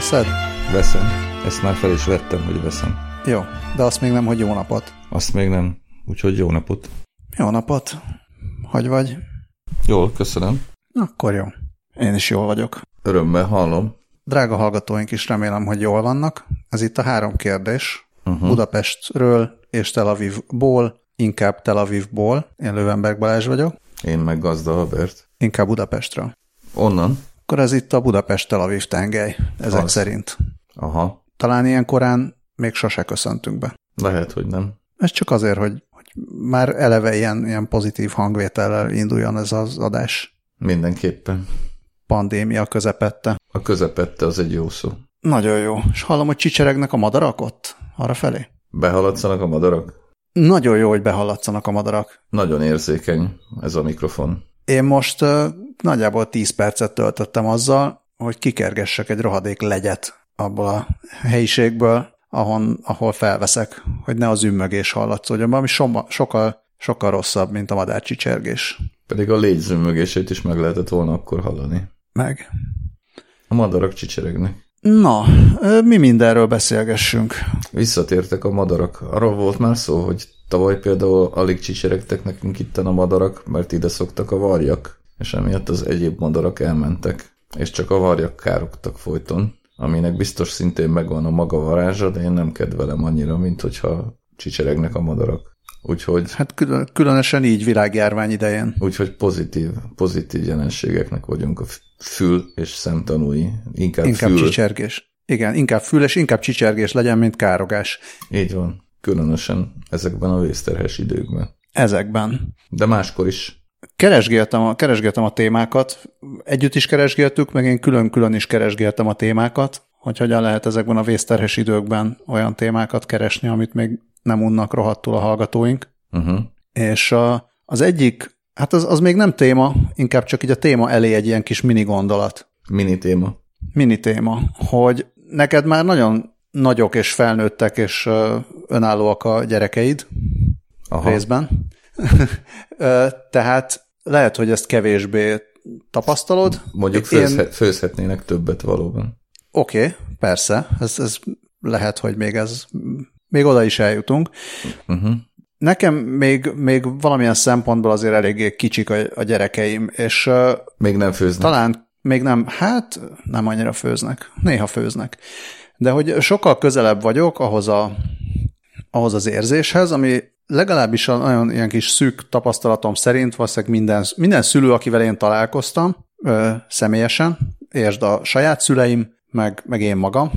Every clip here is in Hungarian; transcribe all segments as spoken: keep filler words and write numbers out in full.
veszed? Veszem. Ezt már fel is vettem, hogy veszem. Jó, de azt még nem, hogy jó napot. Azt még nem. Úgyhogy jó napot. Jó napot. Hogy vagy? Jól, köszönöm. Akkor jó. Én is jól vagyok. Örömmel hallom. Drága hallgatóink is remélem, hogy jól vannak. Ez itt a három kérdés. Uh-huh. Budapestről és Tel Avivból, inkább Tel Avivból. Én Löwenberg Balázs vagyok. Én meg Gazda Albert. Inkább Budapestről. Onnan? Akkor ez itt a Budapest-Tel Aviv tengely, ezek az. szerint. Aha. Talán ilyen korán még sose köszöntünk be. Lehet, hogy nem. Ez csak azért, hogy, hogy már eleve ilyen, ilyen pozitív hangvétellel induljon ez az adás. Mindenképpen. Pandémia közepette. A közepette az egy jó szó. Nagyon jó. És hallom, hogy csicseregnek a madarak ott? Arrafelé? Behaladszanak a madarak? Nagyon jó, hogy behaladszanak a madarak. Nagyon érzékeny ez a mikrofon. Én most uh, nagyjából tíz percet töltöttem azzal, hogy kikergessek egy rohadék legyet abból a helyiségből, ahon, ahol felveszek, hogy ne az ümmögés hallatszódjon, ami so, sokkal, sokkal rosszabb, mint a madárcsicsergés. Pedig a légy zümmögését is meg lehetett volna akkor hallani. Meg. A madarak csicseregnek. Na, mi mindenről beszélgessünk? Visszatértek a madarak. Arról volt már szó, hogy tavaly például alig csicseregtek nekünk itten a madarak, mert ide szoktak a varjak, és emiatt az egyéb madarak elmentek, és csak a varjak károgtak folyton, aminek biztos szintén megvan a maga varázsa, de én nem kedvelem annyira, mint hogyha csicseregnek a madarak. Úgyhogy... Hát külön, különösen így világjárvány idején. Úgyhogy pozitív, pozitív jelenségeknek vagyunk a fül és szemtanúi. Inkább, inkább fül. Csicsergés. Igen, inkább fül és inkább csicsergés legyen, mint károgás. Így van. Különösen ezekben a vészterhes időkben. Ezekben. De máskor is. Keresgéltem a, keresgéltem a témákat. Együtt is keresgéltük, meg én külön-külön is keresgéltem a témákat, hogy hogyan lehet ezekben a vészterhes időkben olyan témákat keresni, amit még nem unnak rohadtul a hallgatóink. Uh-huh. És a, az egyik, hát az, az még nem téma, inkább csak így a téma elé egy ilyen kis mini gondolat. Mini téma. Mini téma, hogy neked már nagyon nagyok és felnőttek és önállóak a gyerekeid. Aha. Részben. Tehát lehet, hogy ezt kevésbé tapasztalod. Mondjuk főzhet, Én... főzhetnének többet valóban. Oké, okay, persze. Ez, ez lehet, hogy még ez... Még oda is eljutunk. Uh-huh. Nekem még, még valamilyen szempontból azért eléggé kicsik a, a gyerekeim, és... Még nem főznek. Talán még nem, hát nem annyira főznek. Néha főznek. De hogy sokkal közelebb vagyok ahhoz, a, ahhoz az érzéshez, ami legalábbis a nagyon ilyen kis szűk tapasztalatom szerint valószínűleg minden, minden szülő, akivel én találkoztam ö, személyesen, értsd a saját szüleim, meg, meg én magam,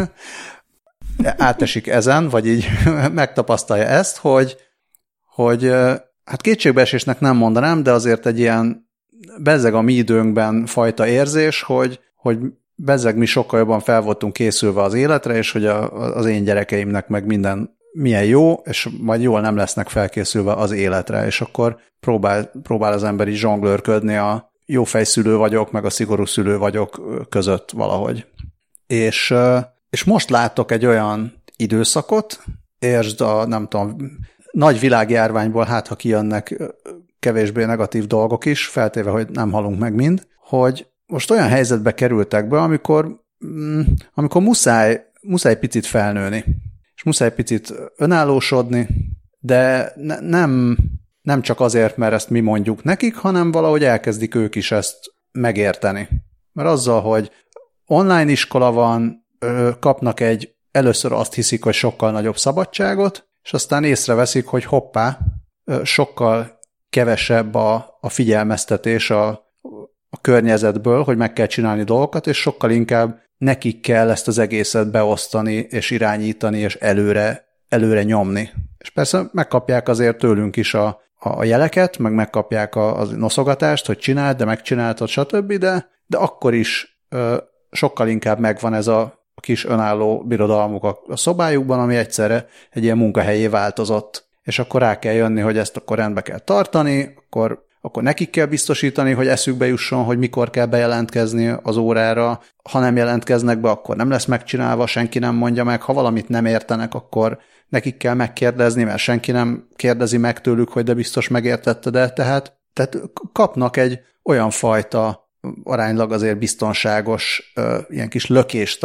átesik ezen, vagy így megtapasztalja ezt, hogy, hogy hát kétségbeesésnek nem mondanám, de azért egy ilyen bezzeg a mi időnkben fajta érzés, hogy, hogy bezzeg mi sokkal jobban fel voltunk készülve az életre, és hogy a, az én gyerekeimnek meg minden milyen jó, és majd jól nem lesznek felkészülve az életre, és akkor próbál, próbál az ember is zsonglőrködni a jó fejszülő vagyok, meg a szigorú szülő vagyok között valahogy. És És most látok egy olyan időszakot, értsd a, nem tudom, nagy világjárványból, hát ha kijönnek kevésbé negatív dolgok is, feltéve, hogy nem halunk meg mind, hogy most olyan helyzetbe kerültek be, amikor, amikor muszáj, muszáj picit felnőni, és muszáj picit önállósodni, de ne, nem, nem csak azért, mert ezt mi mondjuk nekik, hanem valahogy elkezdik ők is ezt megérteni. Mert azzal, hogy online iskola van, kapnak egy, először azt hiszik, hogy sokkal nagyobb szabadságot, és aztán észreveszik, hogy hoppá, sokkal kevesebb a, a figyelmeztetés a, a környezetből, hogy meg kell csinálni dolgokat, és sokkal inkább nekik kell ezt az egészet beosztani, és irányítani, és előre, előre nyomni. És persze megkapják azért tőlünk is a, a jeleket, meg megkapják a, a noszogatást, hogy csináld, de megcsináltad, stb., de, de akkor is ö, sokkal inkább megvan ez a a kis önálló birodalmuk a szobájukban, ami egyszerre egy ilyen munkahelyé változott. És akkor rá kell jönni, hogy ezt akkor rendbe kell tartani, akkor, akkor nekik kell biztosítani, hogy eszükbe jusson, hogy mikor kell bejelentkezni az órára. Ha nem jelentkeznek be, akkor nem lesz megcsinálva, senki nem mondja meg. Ha valamit nem értenek, akkor nekik kell megkérdezni, mert senki nem kérdezi meg tőlük, hogy de biztos megértetted-e. Tehát, tehát kapnak egy olyan fajta aránylag azért biztonságos ilyen kis lökést a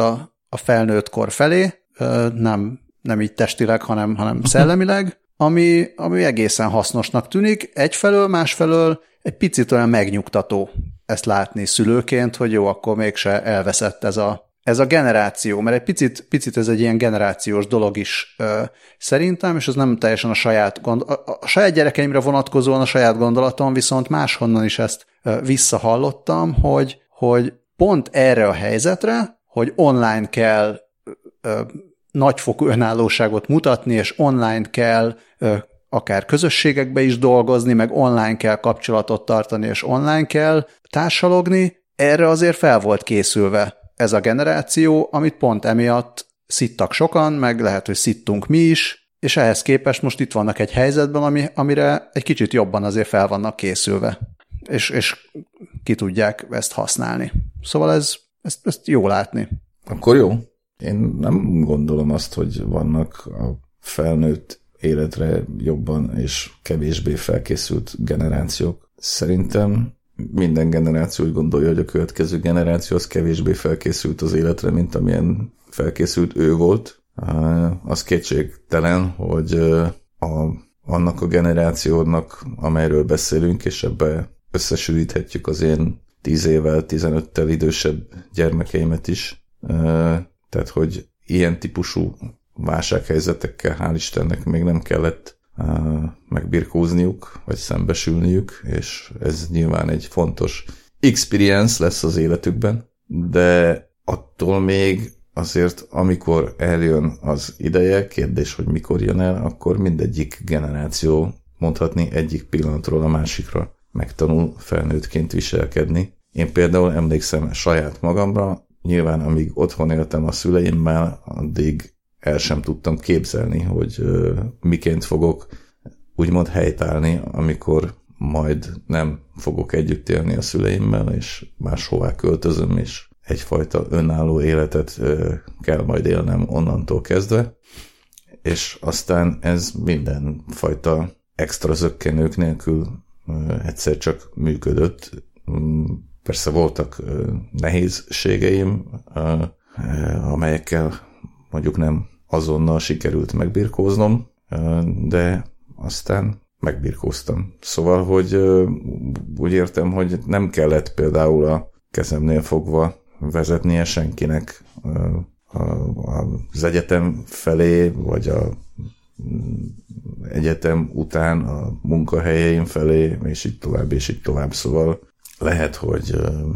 a felnőtt kor felé, nem, nem így testileg, hanem, hanem szellemileg, ami, ami egészen hasznosnak tűnik. Egyfelől, másfelől egy picit olyan megnyugtató ezt látni szülőként, hogy jó, akkor mégse elveszett ez a, ez a generáció, mert egy picit, picit ez egy ilyen generációs dolog is ö, szerintem, és ez nem teljesen a saját, gond, a, a saját gyerekeimre vonatkozóan a saját gondolatom, viszont máshonnan is ezt ö, visszahallottam, hogy, hogy pont erre a helyzetre, hogy online kell ö, nagyfokú önállóságot mutatni, és online kell ö, akár közösségekbe is dolgozni, meg online kell kapcsolatot tartani, és online kell társalogni, erre azért fel volt készülve ez a generáció, amit pont emiatt szittak sokan, meg lehet, hogy szittunk mi is, és ehhez képest most itt vannak egy helyzetben, ami, amire egy kicsit jobban azért fel vannak készülve, és, és ki tudják ezt használni. Szóval ez, ezt, ezt jó látni. Akkor jó. Én nem gondolom azt, hogy vannak a felnőtt életre jobban és kevésbé felkészült generációk. Szerintem minden generáció úgy gondolja, hogy a következő generáció az kevésbé felkészült az életre, mint amilyen felkészült ő volt. Az kétségtelen, hogy a, annak a generációnak, amelyről beszélünk, és ebbe összesűríthetjük az én tíz évvel, tizenöttel idősebb gyermekeimet is. Tehát, hogy ilyen típusú válsághelyzetekkel hál' Istennek még nem kellett uh, megbirkózniuk, vagy szembesülniük, és ez nyilván egy fontos experience lesz az életükben, de attól még azért, amikor eljön az ideje, kérdés, hogy mikor jön el, akkor mindegyik generáció, mondhatni egyik pillanatról a másikra megtanul felnőttként viselkedni. Én például emlékszem saját magamra, nyilván amíg otthon éltem a szüleimmel, addig el sem tudtam képzelni, hogy uh, miként fogok úgymond helytállni, amikor majd nem fogok együtt élni a szüleimmel, és máshová költözöm, és egyfajta önálló életet uh, kell majd élnem onnantól kezdve. És aztán ez mindenfajta extra zökkenők nélkül uh, egyszer csak működött. Um, persze voltak uh, nehézségeim, uh, uh, amelyekkel mondjuk nem azonnal sikerült megbirkóznom, de aztán megbirkóztam. Szóval, hogy úgy értem, hogy nem kellett például a kezemnél fogva vezetnie senkinek az egyetem felé, vagy a egyetem után a munkahelyeim felé, és így tovább, és így tovább. Szóval lehet, hogy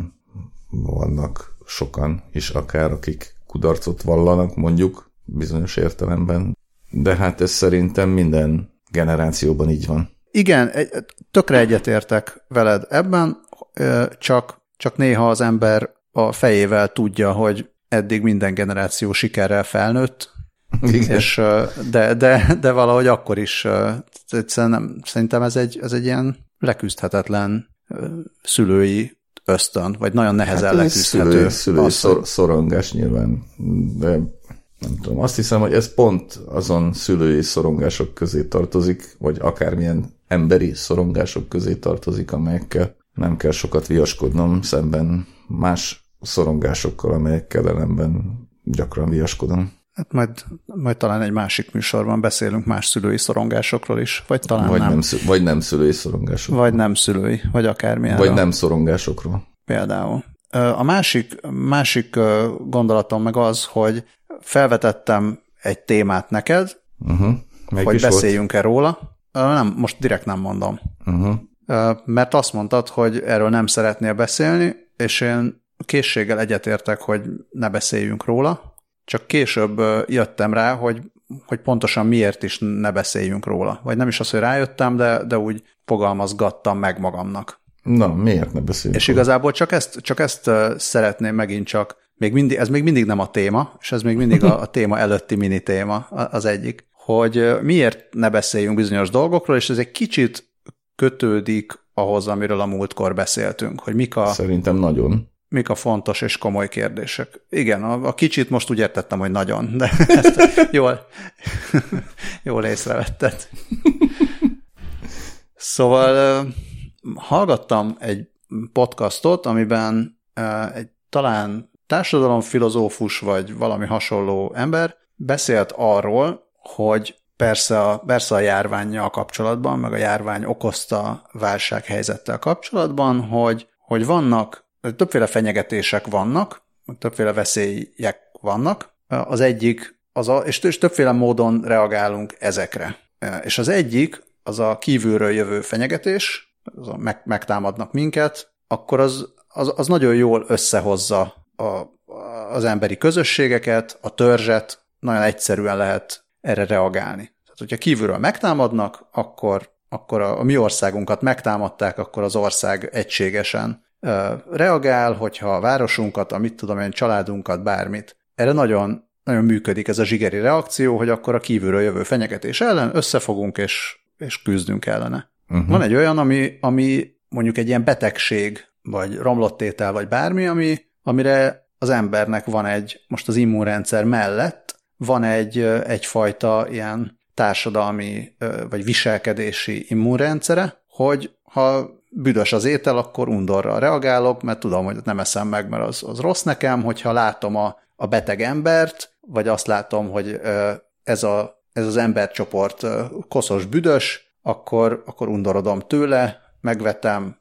vannak sokan is akár, akik kudarcot vallanak, mondjuk, bizonyos értelemben, de hát ez szerintem minden generációban így van. Igen, tökre egyetértek veled ebben, csak, csak néha az ember a fejével tudja, hogy eddig minden generáció sikerrel felnőtt, és, de, de, de valahogy akkor is szerintem, szerintem ez egy, ez egy ilyen leküzdhetetlen szülői ösztön, vagy nagyon nehezen hát leküzdhető. Szülői, szülői szor, szorongás nyilván, de nem tudom, azt hiszem, hogy ez pont azon szülői szorongások közé tartozik, vagy akármilyen emberi szorongások közé tartozik, amelyekkel nem kell sokat viaskodnom szemben más szorongásokkal, amelyekkel ellenben gyakran viaskodom. Hát majd, majd talán egy másik műsorban beszélünk más szülői szorongásokról is, vagy talán vagy nem. nem szü- vagy nem szülői szorongásokról. Vagy nem szülői, vagy akármilyen. Vagy nem szorongásokról. Például. A másik, másik gondolatom meg az, hogy felvetettem egy témát neked, uh-huh. hogy beszéljünk-e róla. Nem, most direkt nem mondom. Uh-huh. Mert azt mondtad, hogy erről nem szeretnél beszélni, és én készséggel egyetértek, hogy ne beszéljünk róla, csak később jöttem rá, hogy, hogy pontosan miért is ne beszéljünk róla. Vagy nem is az, hogy rájöttem, de, de úgy fogalmazgattam meg magamnak. Na, miért ne beszéljünk És róla? Igazából csak ezt, csak ezt szeretném megint csak, még mindig, ez még mindig nem a téma, és ez még mindig a, a téma előtti mini téma az egyik, hogy miért ne beszéljünk bizonyos dolgokról, és ez egy kicsit kötődik ahhoz, amiről a múltkor beszéltünk, hogy mik a... Szerintem nagyon. Mik a fontos és komoly kérdések. Igen, a, a kicsit most úgy értettem, hogy nagyon, de ezt jól, jól észrevetted. Szóval hallgattam egy podcastot, amiben egy talán társadalomfilozófus vagy valami hasonló ember beszélt arról, hogy persze a, persze a járvánnyal kapcsolatban, meg a járvány okozta válsághelyzettel kapcsolatban, hogy, hogy vannak, többféle fenyegetések vannak, többféle veszélyek vannak. Az egyik, az a, és többféle módon reagálunk ezekre. És az egyik, az a kívülről jövő fenyegetés, az a meg, megtámadnak minket, akkor az, az, az nagyon jól összehozza a, az emberi közösségeket, a törzset, nagyon egyszerűen lehet erre reagálni. Tehát, hogyha kívülről megtámadnak, akkor, akkor a, a mi országunkat megtámadták, akkor az ország egységesen uh, reagál, hogyha a városunkat, a mit tudom én, családunkat, bármit. Erre nagyon, nagyon működik ez a zsigeri reakció, hogy akkor a kívülről jövő fenyegetés ellen összefogunk, és, és küzdünk ellene. Uh-huh. Van egy olyan, ami, ami mondjuk egy ilyen betegség, vagy romlottétel, vagy bármi, ami, amire az embernek van egy, most az immunrendszer mellett van egy, egyfajta ilyen társadalmi vagy viselkedési immunrendszere, hogy ha büdös az étel, akkor undorral reagálok, mert tudom, hogy nem eszem meg, mert az, az rossz nekem, hogyha látom a, a beteg embert, vagy azt látom, hogy ez, a, ez az embercsoport koszos, büdös, akkor, akkor undorodom tőle, megvetem.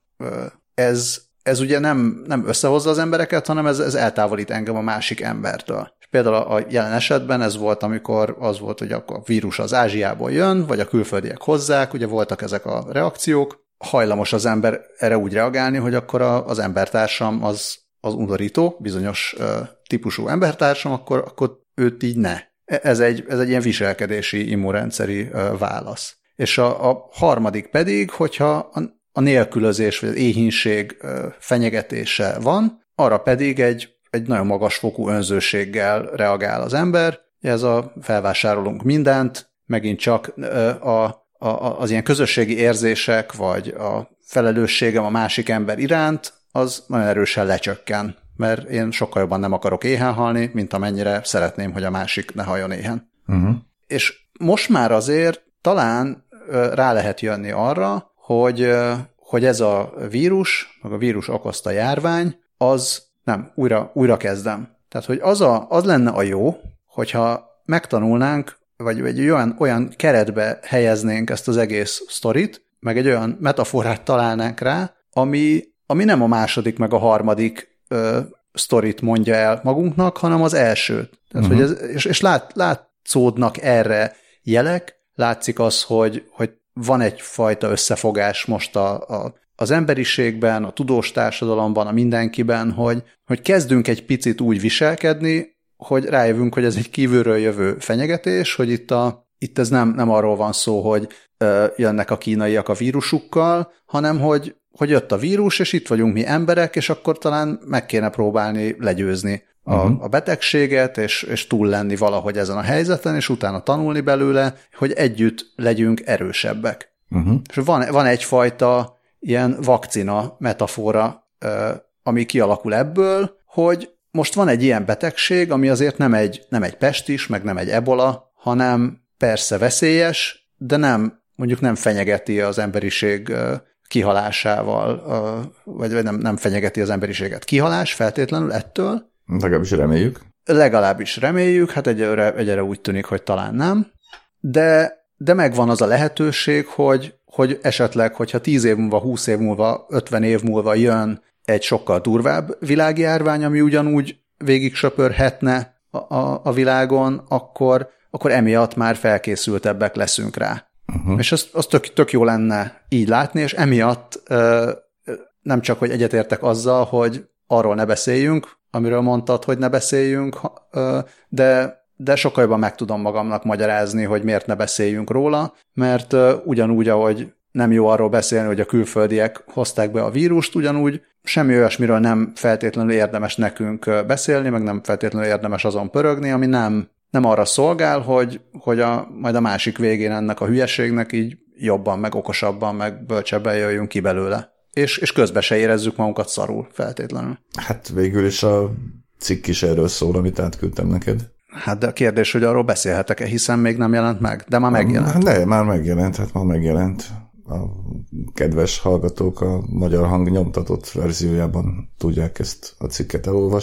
Ez, ez ugye nem, nem összehozza az embereket, hanem ez, ez eltávolít engem a másik embertől. És például a jelen esetben ez volt, amikor az volt, hogy a vírus az Ázsiából jön, vagy a külföldiek hozzák, ugye voltak ezek a reakciók. Hajlamos az ember erre úgy reagálni, hogy akkor a, az embertársam az, az undorító, bizonyos uh, típusú embertársam, akkor, akkor őt így ne. Ez egy, ez egy ilyen viselkedési immunrendszeri uh, válasz. És a, a harmadik pedig, hogyha a, a nélkülözés vagy az éhínség uh, fenyegetése van, arra pedig egy, egy nagyon magas fokú önzőséggel reagál az ember. Ez a felvásárolunk mindent, megint csak uh, a az ilyen közösségi érzések, vagy a felelősségem a másik ember iránt, az nagyon erősen lecsökken, mert én sokkal jobban nem akarok éhen halni, mint amennyire szeretném, hogy a másik ne haljon éhen. Uh-huh. És most már azért talán rá lehet jönni arra, hogy, hogy ez a vírus, meg a vírus okozta járvány, az nem, újra, újra kezdem. Tehát, hogy az, a, az lenne a jó, hogyha megtanulnánk, vagy egy olyan, olyan keretbe helyeznénk ezt az egész sztorit, meg egy olyan metaforát találnánk rá, ami, ami nem a második, meg a harmadik ö, sztorit mondja el magunknak, hanem az elsőt. Tehát, uh-huh. hogy ez, és és lát, látszódnak erre jelek, látszik az, hogy, hogy van egyfajta összefogás most a, a, az emberiségben, a tudós társadalomban, a mindenkiben, hogy, hogy kezdünk egy picit úgy viselkedni, hogy rájövünk, hogy ez egy kívülről jövő fenyegetés, hogy itt, a, itt ez nem, nem arról van szó, hogy ö, jönnek a kínaiak a vírusukkal, hanem hogy, hogy jött a vírus, és itt vagyunk mi emberek, és akkor talán meg kéne próbálni legyőzni a, uh-huh. a betegséget, és, és túl lenni valahogy ezen a helyzeten, és utána tanulni belőle, hogy együtt legyünk erősebbek. Uh-huh. És van, van egyfajta ilyen vakcina metafora, ö, ami kialakul ebből, hogy most van egy ilyen betegség, ami azért nem egy, nem egy pestis, meg nem egy ebola, hanem persze veszélyes, de nem, mondjuk nem fenyegeti az emberiség kihalásával, vagy nem, nem fenyegeti az emberiséget kihalás feltétlenül ettől. Legalábbis reméljük. Legalábbis reméljük, hát egyre, egyre úgy tűnik, hogy talán nem. De, de megvan az a lehetőség, hogy, hogy esetleg, hogyha tíz év múlva, húsz év múlva, ötven év múlva jön egy sokkal durvább világjárvány, ami ugyanúgy végig söpörhetne a, a, a világon, akkor, akkor emiatt már felkészültebbek leszünk rá. Uh-huh. És az, az tök, tök jó lenne így látni, és emiatt ö, nem csak, hogy egyetértek azzal, hogy arról ne beszéljünk, amiről mondtad, hogy ne beszéljünk, ö, de, de sokkal jobban meg tudom magamnak magyarázni, hogy miért ne beszéljünk róla, mert ö, ugyanúgy, ahogy nem jó arról beszélni, hogy a külföldiek hozták be a vírust, ugyanúgy semmi olyasmiről nem feltétlenül érdemes nekünk beszélni, meg nem feltétlenül érdemes azon pörögni, ami nem, nem arra szolgál, hogy, hogy a, majd a másik végén ennek a hülyeségnek így jobban, meg okosabban, meg bölcsebben jöjjünk ki belőle. És, és közben se érezzük magunkat szarul feltétlenül. Hát végül is a cikk is erről szól, amit átküldtem neked. Hát de a kérdés, hogy arról beszélhetek-e, hiszen még nem jelent meg, de már megjelent. Hát ne, már megjelent, hát már megjelent. A kedves hallgatók a Magyar Hang nyomtatott verziójában tudják ezt a cikket elolvasni.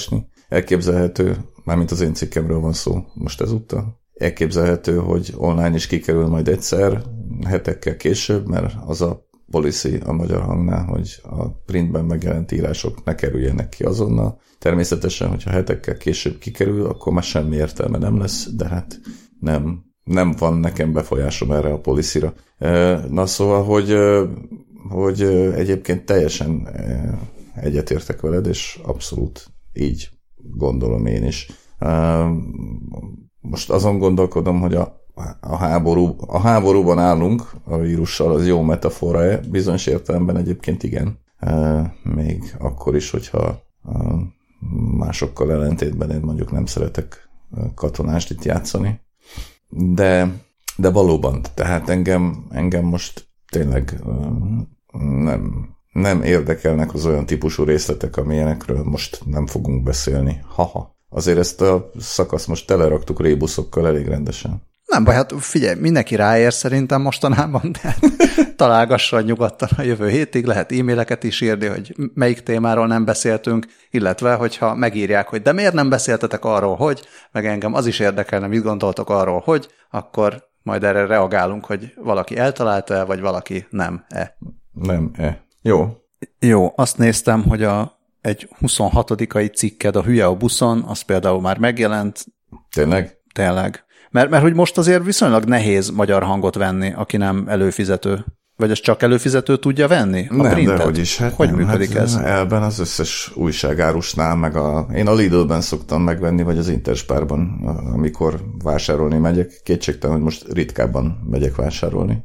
elképzelhető, mármint az én cikkemről van szó most ezúttal, elképzelhető, hogy online is kikerül majd egyszer, hetekkel később, mert az a policy a Magyar Hangnál, hogy a printben megjelent írások ne kerüljenek ki azonnal. Természetesen, hogyha hetekkel később kikerül, akkor már semmi értelme nem lesz, de hát nem, nem van nekem befolyásom erre a policyra. Na szóval, hogy, hogy egyébként teljesen egyetértek veled, és abszolút így gondolom én is. Most azon gondolkodom, hogy a A, háború, a háborúban állunk a vírussal, az jó metafora-e? Bizonyos értelemben egyébként igen. E, még akkor is, hogyha e, másokkal ellentétben én mondjuk nem szeretek katonást itt játszani. De, de valóban, tehát engem, engem most tényleg e, nem, nem érdekelnek az olyan típusú részletek, amilyenekről most nem fogunk beszélni. Haha. Azért ezt a szakaszt most teleraktuk rébuszokkal elég rendesen. Nem baj, hát figyelj, mindenki ráér szerintem mostanában, de találgasson nyugodtan a jövő hétig, lehet e-maileket is írni, hogy melyik témáról nem beszéltünk, illetve, hogyha megírják, hogy de miért nem beszéltetek arról, hogy, meg engem az is érdekelne, mit gondoltok arról, hogy, akkor majd erre reagálunk, hogy valaki eltalálta-e, vagy valaki nem-e. Nem-e. Jó. Jó, azt néztem, hogy a, egy huszonhatodikai cikked a Hülye a buszon, az például már megjelent. Tényleg? Tényleg. Mert, mert hogy most azért viszonylag nehéz magyar hangot venni, aki nem előfizető. Vagy az csak előfizető tudja venni? A nem, printet? de hogy is. Hát hogy nem, működik hát ez? Elben az összes újságárusnál, meg a, én a Lidl-ben szoktam megvenni, vagy az Interspárban, amikor vásárolni megyek. Kétségtelen, hogy most ritkábban megyek vásárolni.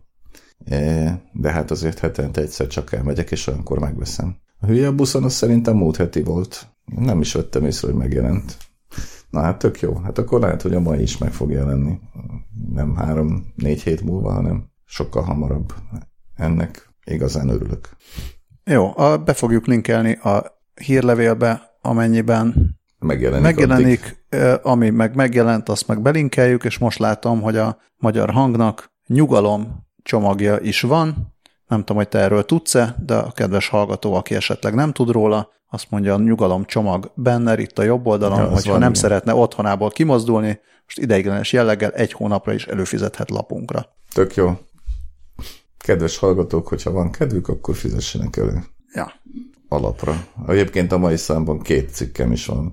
De hát azért hetente egyszer csak elmegyek, és olyankor megveszem. A Hülye a buszon az szerintem múlt heti volt. Nem is vettem észre, hogy megjelent. Na hát tök jó. Hát akkor lehet, hogy a mai is meg fog jelenni. Nem három-négy hét múlva, hanem sokkal hamarabb. Ennek igazán örülök. Jó, a, be fogjuk linkelni a hírlevélbe, amennyiben megjelenik, megjelenik ami meg megjelent, azt meg belinkeljük, és most látom, hogy a Magyar Hangnak nyugalom csomagja is van. Nem tudom, hogy te erről tudsz-e, de a kedves hallgató, aki esetleg nem tud róla, azt mondja, a nyugalom csomag benne, itt a jobb oldalon, ja, hogyha nem igen. szeretne otthonából kimozdulni, most ideiglenes jelleggel egy hónapra is előfizethet lapunkra. Tök jó. Kedves hallgatók, hogyha van kedvük, akkor fizessenek elő. Ja. Alapra. Egyébként a mai számban két cikkem is van.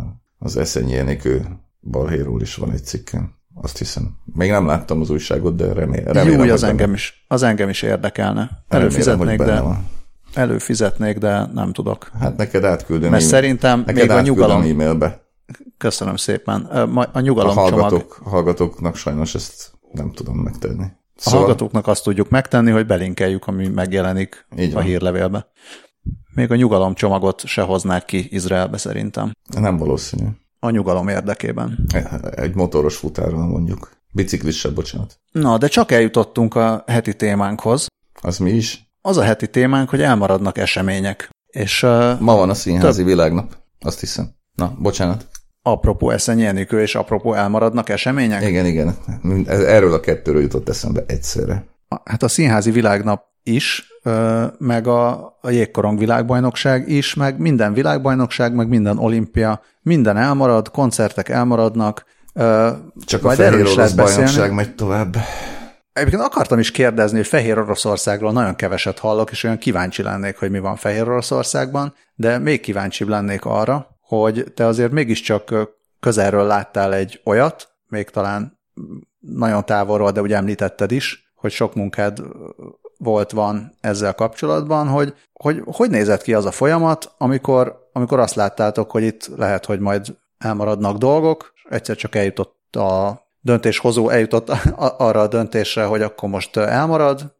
Az Eszenyi Enikő balhéról is van egy cikkem. Azt hiszem. Még nem láttam az újságot, de remélem. remélem Jó, az engem, is, az engem is érdekelne. Előfizetnék, de, előfizetnék, de nem tudok. Hát neked átküldöm. Mert szerintem még a nyugalom... e-mailbe. Köszönöm szépen. A nyugalom a hallgatók, csomag... A hallgatóknak sajnos ezt nem tudom megtenni. Szóval... A hallgatóknak azt tudjuk megtenni, hogy belinkeljük, ami megjelenik a hírlevélbe. Még a nyugalom csomagot se hoznák ki Izraelbe szerintem. Nem valószínű. A nyugalom érdekében. Egy motoros futárral mondjuk. Biciklissel, bocsánat. Na, de csak eljutottunk a heti témánkhoz. Az mi is? Az a heti témánk, hogy elmaradnak események. És, uh, ma van a színházi több... világnap, azt hiszem. Na, bocsánat. Apropó Eszenyi Enikő, és apropó elmaradnak események? Igen, igen. Erről a kettőről jutott eszembe egyszerre. Hát a színházi világnap is, meg a, a jégkorong világbajnokság is, meg minden világbajnokság, meg minden olimpia, minden elmarad, koncertek elmaradnak. Csak a Fehér Orosz bajnokság megy tovább. Egyébként akartam is kérdezni, hogy Fehér Oroszországról nagyon keveset hallok, és olyan kíváncsi lennék, hogy mi van Fehér Oroszországban, de még kíváncsibb lennék arra, hogy te azért mégiscsak közelről láttál egy olyat, még talán nagyon távolról, de ugye említetted is, hogy sok munkád volt, van ezzel kapcsolatban, hogy hogy, hogy nézett ki az a folyamat, amikor, amikor azt láttátok, hogy itt lehet, hogy majd elmaradnak dolgok, és egyszer csak eljutott a döntéshozó, eljutott arra a döntésre, hogy akkor most elmarad.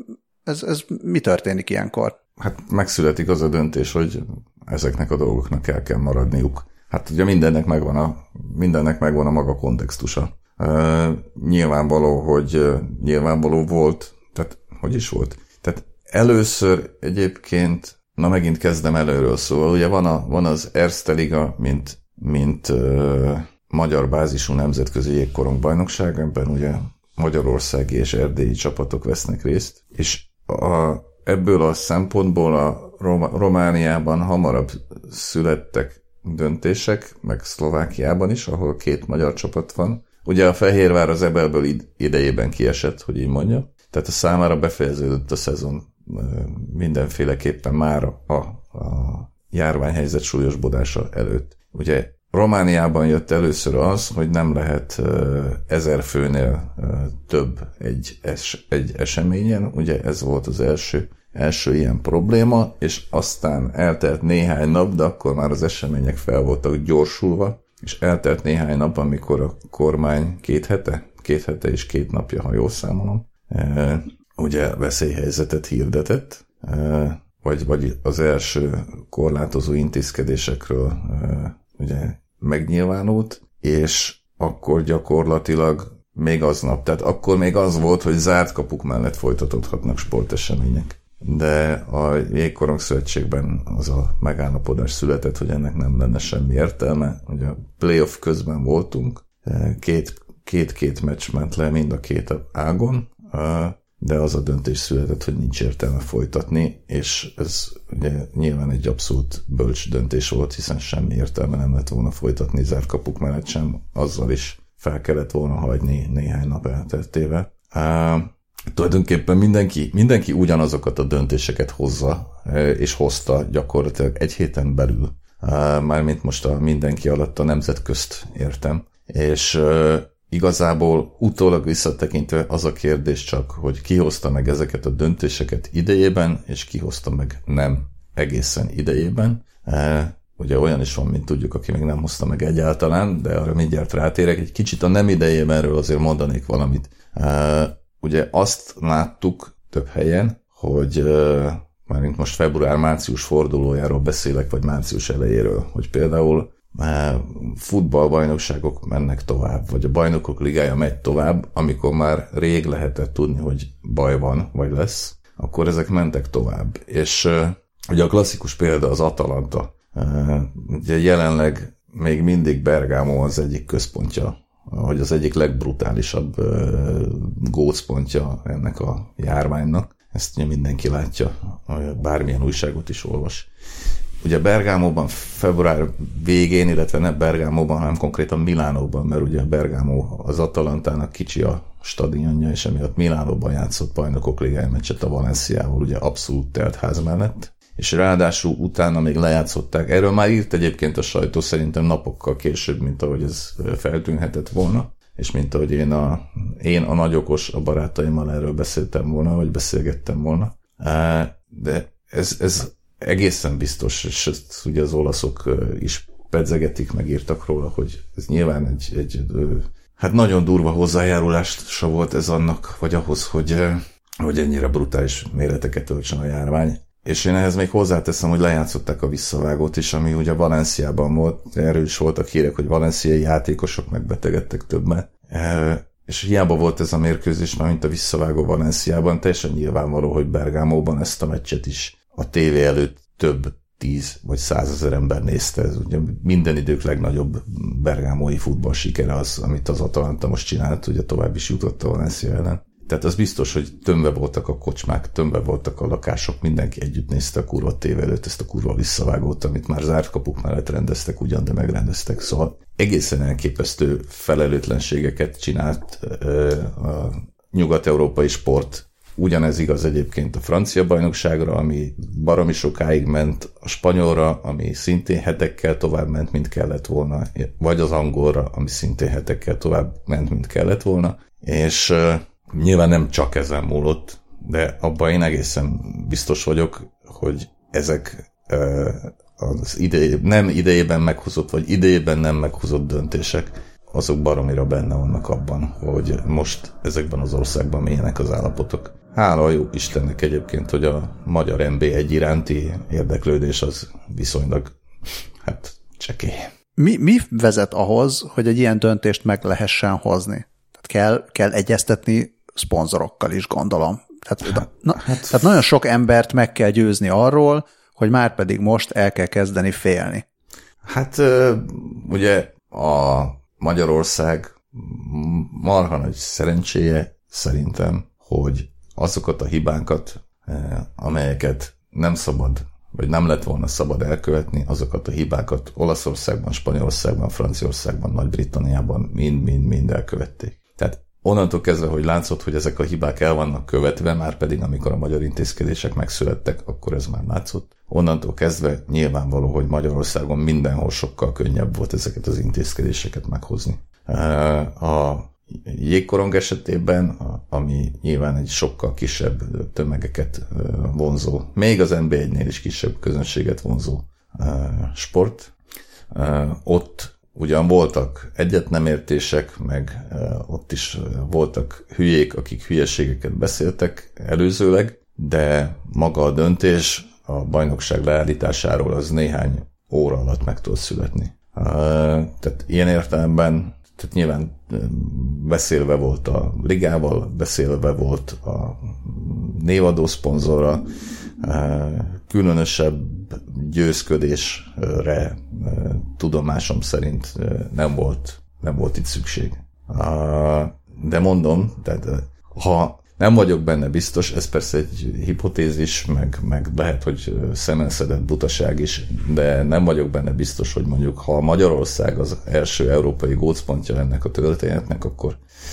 Ez, ez mi történik ilyenkor? Hát megszületik az a döntés, hogy ezeknek a dolgoknak el kell maradniuk. Hát ugye mindennek megvan a, mindennek megvan a maga kontextusa. Uh, nyilvánvaló, hogy uh, nyilvánvaló volt, tehát hogy is volt? Tehát először egyébként, na megint kezdem előről, szóval ugye van, a, van az Erste Liga, mint, mint uh, magyar bázisú nemzetközi jégkorongbajnokság, ebben ugye magyarországi és erdélyi csapatok vesznek részt, és a, ebből a szempontból a Rom- Romániában hamarabb születtek döntések, meg Szlovákiában is, ahol két magyar csapat van. Ugye a Fehérvár az é bé el-ből idejében kiesett, hogy így mondja. Tehát a számára befejeződött a szezon mindenféleképpen már a, a járványhelyzet súlyosbodása előtt. Ugye Romániában jött először az, hogy nem lehet ezer főnél több egy, es, egy eseményen, ugye ez volt az első, első ilyen probléma, és aztán eltelt néhány nap, de akkor már az események fel voltak gyorsulva, és eltelt néhány nap, amikor a kormány két hete, két hete és két napja, ha jól számolom, ugye veszélyhelyzetet hirdetett, vagy, vagy az első korlátozó intézkedésekről ugye megnyilvánult, és akkor gyakorlatilag még aznap, tehát akkor még az volt, hogy zárt kapuk mellett folytatódhatnak sportesemények. De a Jégkorong Szövetségben az a megállapodás született, hogy ennek nem lenne semmi értelme. Ugye a playoff közben voltunk, két, két-két meccs ment le mind a két ágon, de az a döntés született, hogy nincs értelme folytatni, és ez ugye nyilván egy abszolút bölcs döntés volt, hiszen semmi értelme nem lett volna folytatni zárt kapuk mellett sem, azzal is fel kellett volna hagyni néhány nap elteltével. Uh, tulajdonképpen mindenki, mindenki ugyanazokat a döntéseket hozza, és hozta gyakorlatilag egy héten belül. Uh, mármint most a mindenki alatt a nemzetközt értem. És uh, igazából utólag visszatekintve az a kérdés csak, hogy ki hozta meg ezeket a döntéseket idejében, és ki hozta meg nem egészen idejében. E, ugye olyan is van, mint tudjuk, aki még nem hozta meg egyáltalán, de arra mindjárt rátérek. Egy kicsit a nem idejébenről azért mondanék valamit. E, ugye azt láttuk több helyen, hogy e, mármint most február-március fordulójáról beszélek, vagy március elejéről, hogy például futballbajnokságok mennek tovább, vagy a bajnokok ligája megy tovább, amikor már rég lehetett tudni, hogy baj van, vagy lesz, akkor ezek mentek tovább. És uh, ugye a klasszikus példa az Atalanta. Uh, ugye jelenleg még mindig Bergamo az egyik központja, vagy az egyik legbrutálisabb uh, gócpontja ennek a járványnak. Ezt ugye mindenki látja, bármilyen újságot is olvas. Ugye Bergámóban február végén, illetve nem Bergámóban, hanem konkrétan Milánóban, mert ugye Bergamo az Atalantának kicsi a stadionja, és emiatt Milánóban játszott bajnokok ligája meccset a Valenciával, ugye abszolút telt ház mellett. És ráadásul utána még lejátszották. Erről már írt egyébként a sajtó szerintem napokkal később, mint ahogy ez feltűnhetett volna, és mint ahogy én a, én a nagyokos a barátaimmal erről beszéltem volna, vagy beszélgettem volna. De ez, ez egészen biztos, és ezt ugye az olaszok is pedzegetik, megírtak róla, hogy ez nyilván egy, egy hát nagyon durva hozzájárulása volt ez annak, vagy ahhoz, hogy, hogy ennyire brutális méreteket öltsön a járvány. És én ehhez még hozzáteszem, hogy lejátszották a visszavágót is, ami ugye Valenciában volt, erről is voltak hírek, hogy valenciai játékosok megbetegedtek többen. És hiába volt ez a mérkőzés, már mint a visszavágó Valenciában, teljesen nyilvánvaló, hogy Bergámóban ezt a meccset is a tévé előtt több tíz vagy százezer ember nézte. Ez ugye minden idők legnagyobb bergámói futball sikere az, amit az Atalanta most csinált, ugye tovább is jutott a Valencia ellen. Tehát az biztos, hogy tömve voltak a kocsmák, tömve voltak a lakások, mindenki együtt nézte a kurva tévé előtt ezt a kurva visszavágót, amit már zárt kapuk mellett rendeztek ugyan, de megrendeztek. Szóval egészen elképesztő felelőtlenségeket csinált a nyugat-európai sport. Ugyanez igaz egyébként a francia bajnokságra, ami baromi sokáig ment, a spanyolra, ami szintén hetekkel tovább ment, mint kellett volna, vagy az angolra, ami szintén hetekkel tovább ment, mint kellett volna, és uh, nyilván nem csak ezen múlott, de abban én egészen biztos vagyok, hogy ezek uh, az idej, nem idejében meghozott, vagy idejében nem meghozott döntések, azok baromira benne vannak abban, hogy most ezekben az országban milyenek az állapotok. Hála a jó Istennek egyébként, hogy a magyar en bé egy iránti érdeklődés az viszonylag, hát csekély. Mi, mi vezet ahhoz, hogy egy ilyen döntést meg lehessen hozni? Tehát kell, kell egyeztetni szponzorokkal is, gondolom. Tehát, hát, na, hát, tehát nagyon sok embert meg kell győzni arról, hogy már pedig most el kell kezdeni félni. Hát ugye a Magyarország marha nagy szerencséje szerintem, hogy azokat a hibánkat, amelyeket nem szabad vagy nem lett volna szabad elkövetni, azokat a hibákat Olaszországban, Spanyolországban, Franciaországban, Nagy-Britanniában mind-mind-mind elkövették. Tehát onnantól kezdve, hogy látszott, hogy ezek a hibák el vannak követve, már pedig amikor a magyar intézkedések megszülettek, akkor ez már látszott. Onnantól kezdve nyilvánvaló, hogy Magyarországon mindenhol sokkal könnyebb volt ezeket az intézkedéseket meghozni. A jégkorong esetében, ami nyilván egy sokkal kisebb tömegeket vonzó, még az en bé egynél is kisebb közönséget vonzó sport, ott ugyan voltak egyet nem értések, meg ott is voltak hülyék, akik hülyeségeket beszéltek előzőleg, de maga a döntés a bajnokság leállításáról az néhány óra alatt meg tud születni. Tehát ilyen értelemben, tehát nyilván beszélve volt a ligával, beszélve volt a névadó szponzorra, különösebb győzködésre tudomásom szerint nem volt, nem volt itt szükség. De mondom, tehát ha nem vagyok benne biztos, ez persze egy hipotézis, meg, meg lehet, hogy szemenszedett butaság is, de nem vagyok benne biztos, hogy mondjuk, ha Magyarország az első európai gócpontja ennek a történetnek, akkor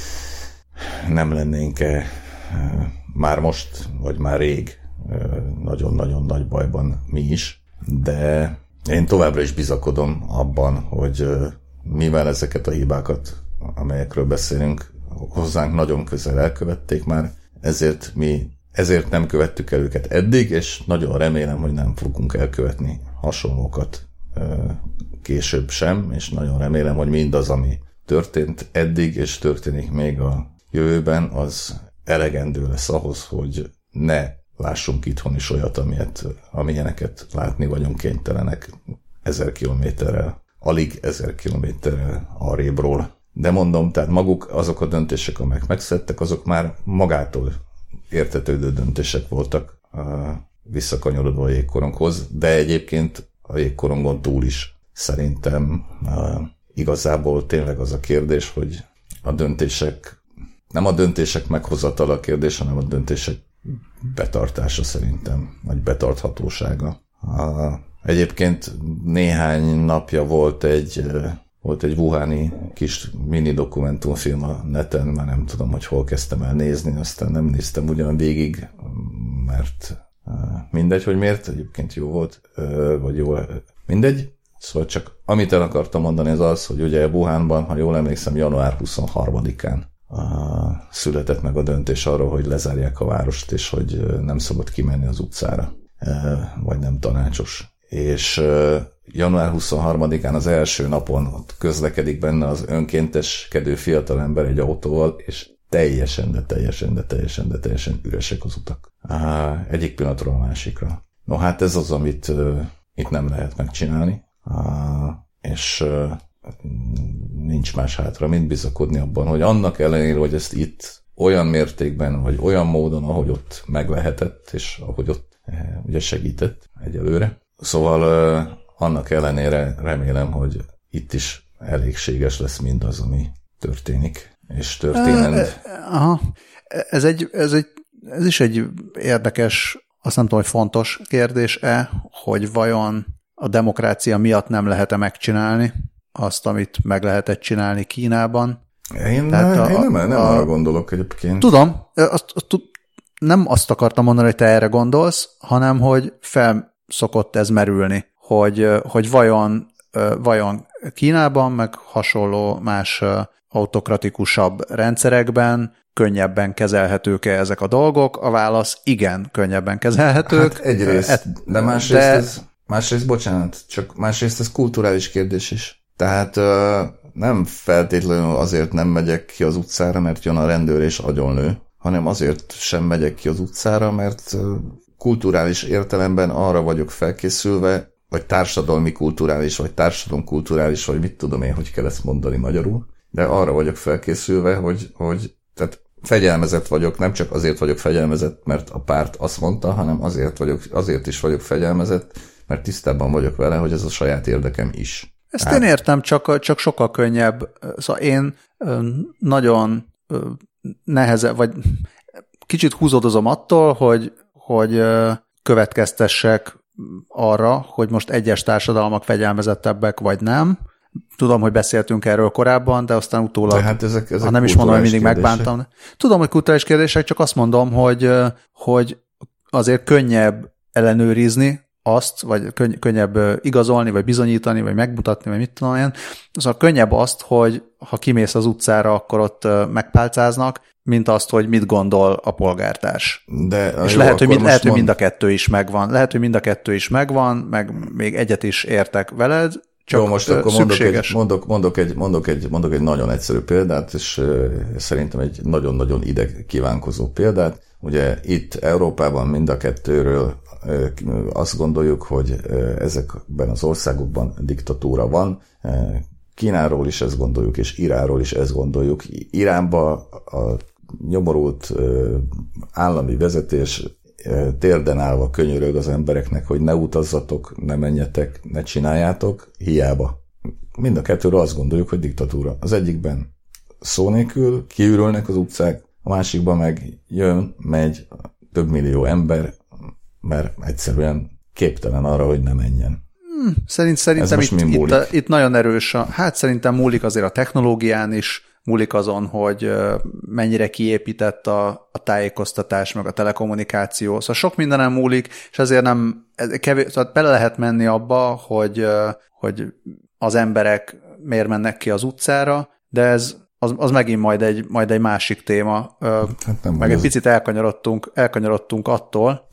nem lennénk-e már most, vagy már rég nagyon-nagyon nagy bajban mi is, de én továbbra is bizakodom abban, hogy mivel ezeket a hibákat, amelyekről beszélünk, hozzánk nagyon közel elkövették már, ezért mi ezért nem követtük el őket eddig, és nagyon remélem, hogy nem fogunk elkövetni hasonlókat később sem, és nagyon remélem, hogy mindaz, ami történt eddig, és történik még a jövőben, az elegendő lesz ahhoz, hogy ne lássunk itthon is olyat, amilyet, amilyeneket látni vagyunk kénytelenek ezer kilométerrel, alig ezer kilométerrel arrébről. De mondom, tehát maguk azok a döntések, amelyek megszedtek, azok már magától értetődő döntések voltak visszakanyarodva a jégkoronghoz, de egyébként a jégkorongon túl is szerintem igazából tényleg az a kérdés, hogy a döntések, nem a döntések meghozatala a kérdés, hanem a döntések betartása szerintem, vagy betarthatósága. Egyébként néhány napja volt egy Volt egy wuhani kis mini dokumentumfilm a neten, már nem tudom, hogy hol kezdtem el nézni, aztán nem néztem ugyan végig, mert mindegy, hogy miért, egyébként jó volt, vagy jó, mindegy. Szóval csak amit el akartam mondani az az, hogy ugye Wuhanban, ha jól emlékszem, január huszonharmadikán született meg a döntés arról, hogy lezárják a várost, és hogy nem szabad kimenni az utcára, vagy nem tanácsos. És január huszonharmadikán az első napon ott közlekedik benne az önkénteskedő fiatalember egy autóval, és teljesen, de teljesen, de teljesen, de teljesen üresek az utak. Á, egyik pillanatról a másikra. No hát ez az, amit uh, itt nem lehet megcsinálni, uh, és uh, nincs más hátra, mint bizakodni abban, hogy annak ellenére, hogy ezt itt olyan mértékben, vagy olyan módon, ahogy ott meg lehetett, és ahogy ott uh, ugye segített egyelőre. Szóval uh, annak ellenére remélem, hogy itt is elégséges lesz mindaz, ami történik, és történend. Aha. Ez, egy, ez, egy, ez is egy érdekes, azt nem tudom, hogy fontos kérdés-e, hogy vajon a demokrácia miatt nem lehet-e megcsinálni azt, amit meg lehetett csinálni Kínában. Én, a, én nem, nem a, arra gondolok egyébként. Tudom, azt, azt, nem azt akartam mondani, hogy te erre gondolsz, hanem hogy fel szokott ez merülni, hogy, hogy vajon, vajon Kínában, meg hasonló más autokratikusabb rendszerekben könnyebben kezelhetők-e ezek a dolgok? A válasz igen, könnyebben kezelhetők. Hát egyrészt, Et, de másrészt, de... Ez, másrészt, bocsánat, csak másrészt ez kulturális kérdés is. Tehát nem feltétlenül azért nem megyek ki az utcára, mert jön a rendőr és agyonlő, hanem azért sem megyek ki az utcára, mert kulturális értelemben arra vagyok felkészülve, vagy társadalmi kulturális, vagy társadalomkulturális, vagy mit tudom én, hogy kell ezt mondani magyarul, de arra vagyok felkészülve, hogy, hogy tehát fegyelmezett vagyok, nem csak azért vagyok fegyelmezett, mert a párt azt mondta, hanem azért, vagyok, azért is vagyok fegyelmezett, mert tisztában vagyok vele, hogy ez a saját érdekem is. Ezt hát... én értem, csak, csak sokkal könnyebb. Szóval én nagyon nehezebb, vagy kicsit húzódozom attól, hogy, hogy következtessek arra, hogy most egyes társadalmak fegyelmezettebbek, vagy nem. Tudom, hogy beszéltünk erről korábban, de aztán utólag, hát ezek, ezek ha nem is mondom, hogy mindig kérdések. megbántam. Tudom, hogy kulturális kérdések, csak azt mondom, hogy, hogy azért könnyebb ellenőrizni azt, vagy könnyebb igazolni, vagy bizonyítani, vagy megmutatni, vagy mit tudom én. Szóval könnyebb azt, hogy ha kimész az utcára, akkor ott megpálcáznak, mint azt, hogy mit gondol a polgártárs. De, és jó, lehet, hogy mind, lehet, mond... hogy mind a kettő is megvan. Lehet, hogy mind a kettő is megvan, meg még egyet is értek veled, csak jó, most akkor mondok szükséges. egy, mondok, mondok, egy, mondok, egy, mondok egy nagyon egyszerű példát, és uh, szerintem egy nagyon-nagyon ide kívánkozó példát. Ugye itt Európában mind a kettőről uh, azt gondoljuk, hogy uh, ezekben az országokban diktatúra van. Uh, Kínáról is ezt gondoljuk, és Iránról is ezt gondoljuk. Iránba a nyomorult uh, állami vezetés uh, térden állva könyörög az embereknek, hogy ne utazzatok, ne menjetek, ne csináljátok, hiába. Mind a kettőről azt gondoljuk, hogy diktatúra. Az egyikben szó nélkül kiürülnek az utcák, a másikban meg jön, megy több millió ember, mert egyszerűen képtelen arra, hogy ne menjen. Hmm, szerint, szerintem itt, itt, a, itt nagyon erős a, hát szerintem múlik azért a technológián is, múlik azon, hogy mennyire kiépített a, a tájékoztatás, meg a telekommunikáció. Szóval sok mindenem múlik, és ezért nem, kevés, tehát bele lehet menni abba, hogy, hogy az emberek miért mennek ki az utcára, de ez az, az megint majd egy, majd egy másik téma. Hát nem meg egy az... picit elkanyarodtunk, elkanyarodtunk attól,